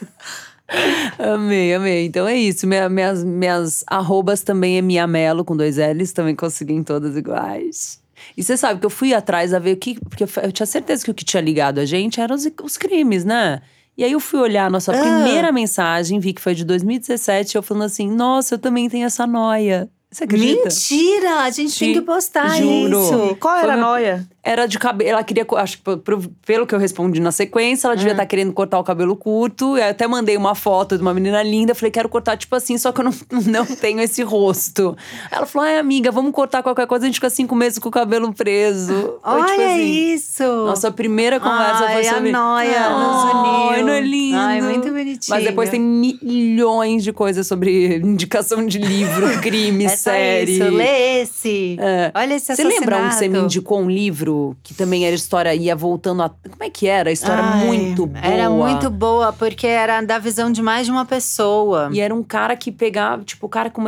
Amei. Então é isso. Minhas arrobas também é Mia Mello, com 2 L's. Também consegui em todas iguais. E você sabe que eu fui atrás a ver o que… Porque eu tinha certeza que o que tinha ligado a gente eram os crimes, né? E aí eu fui olhar a nossa primeira mensagem, vi que foi de 2017. Eu falando assim, nossa, eu também tenho essa noia. Você acredita? Mentira! A gente tem que postar Juro. isso. Qual era a noia? Era de cabelo. Ela queria, acho que pelo que eu respondi na sequência, ela devia estar querendo cortar o cabelo curto. Eu até mandei uma foto de uma menina linda. Falei, quero cortar tipo assim, só que eu não tenho esse rosto. Ela falou, amiga, vamos cortar qualquer coisa, a gente fica 5 meses com o cabelo preso. Olha tipo assim, isso! Nossa primeira conversa foi sobre… a noia nos uniu. Não é lindo? Ai, muito bonitinho. Mas depois tem milhões de coisas sobre indicação de livro, crime, série. Isso, lê esse. Olha esse assassinato. Você lembra um que você me indicou um livro que também era história, ia voltando a… Como é que era? A história muito boa. Era muito boa, porque era da visão de mais de uma pessoa. E era um cara que pegava… Tipo, o cara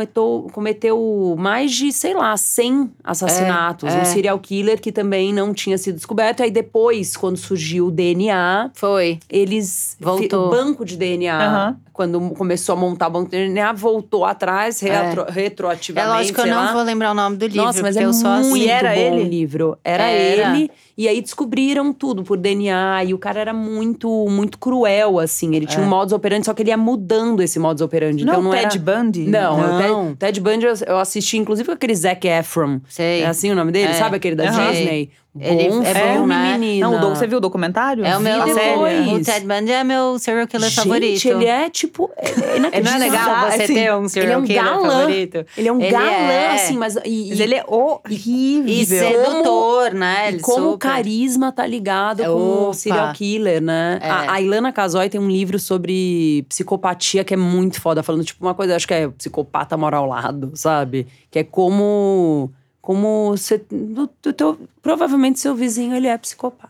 cometeu mais de, sei lá, 100 assassinatos. Um serial killer que também não tinha sido descoberto. E aí depois, quando surgiu o DNA… Eles… Voltou. O banco de DNA… Quando começou a montar o banco de DNA, voltou atrás, retroativamente. É lógico que eu não vou lembrar o nome do livro. Nossa, mas eu sou assim. muito era bom ele? o livro. Era ele. E aí descobriram tudo por DNA. E o cara era muito, muito cruel, assim. Ele tinha um modus operandi, só que ele ia mudando esse modus operandi. Então, não Ted Bundy? Não. Ted Bundy eu assisti, inclusive, com aquele Zac Efron. Sei. É assim o nome dele? Sabe aquele da Disney? Ele Bom filme, né? menina. Não, você viu o documentário? É o meu… O Ted Bundy é meu serial killer favorito. Gente, ele é tipo… Não é legal você ter um serial killer favorito? Ele é um galã, assim, mas ele é horrível. E sedutor, né? E como o carisma tá ligado com o serial killer, né? A Ilana Casoy tem um livro sobre psicopatia que é muito foda. Falando tipo uma coisa, acho que é psicopata mora ao lado, sabe? Que é como você… Provavelmente seu vizinho, ele é psicopata.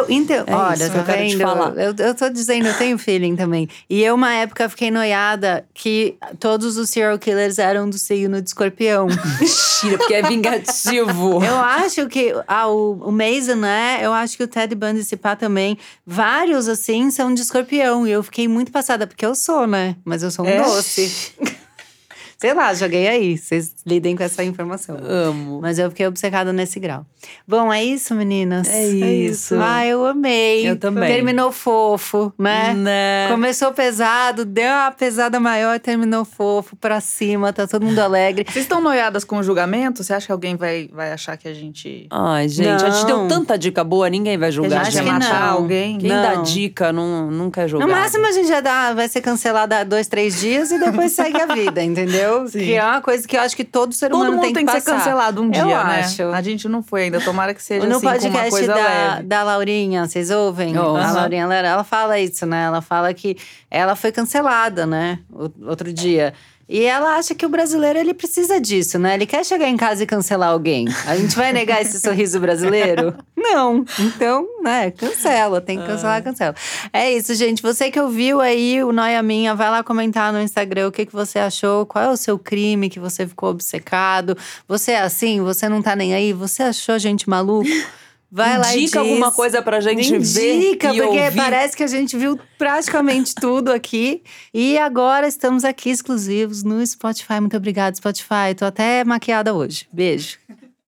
Olha, tá vendo? Eu tô dizendo, eu tenho feeling também. E eu, uma época, fiquei noiada que todos os serial killers eram do signo de Escorpião. Mentira, porque é vingativo. Eu acho que o Mason, né? Eu acho que o Ted Bundy, esse pá também. Vários, assim, são de Escorpião. E eu fiquei muito passada, porque eu sou, né? Mas eu sou um doce. Sei lá, joguei aí. Vocês lidem com essa informação. Amo. Mas eu fiquei obcecada nesse grau. Bom, é isso, meninas? É isso. Eu amei. Eu também. Terminou fofo, né? Começou pesado, deu uma pesada maior, terminou fofo, pra cima, tá todo mundo alegre. Vocês estão noiadas com o julgamento? Você acha que alguém vai achar que a gente… Ai, gente, a gente deu tanta dica boa, ninguém vai julgar. Acho que matar não. alguém? Quem dá dica nunca é julgado. No máximo, a gente vai ser cancelada 2, 3 dias e depois segue a vida, entendeu? Sim. Que é uma coisa que eu acho que todo ser humano tem que passar. ser cancelado um dia, eu né? acho. A gente não foi ainda, tomara que seja no assim, com uma podcast coisa leve. da Laurinha, vocês ouvem? A Laurinha, ela fala isso, né? Ela fala que ela foi cancelada, né? Outro dia. E ela acha que o brasileiro, ele precisa disso, né? Ele quer chegar em casa e cancelar alguém. A gente vai negar esse sorriso brasileiro? Não. Então, né, cancela. Tem que cancelar, cancela. É isso, gente. Você que ouviu aí o Noia Minha, vai lá comentar no Instagram o que você achou, qual é o seu crime que você ficou obcecado. Você é assim? Você não tá nem aí? Você achou a gente maluco? Vai lá e indica alguma coisa pra gente ver. Indica, porque ouvir. Parece que a gente viu praticamente tudo aqui. E agora estamos aqui exclusivos no Spotify. Muito obrigada, Spotify. Tô até maquiada hoje. Beijo.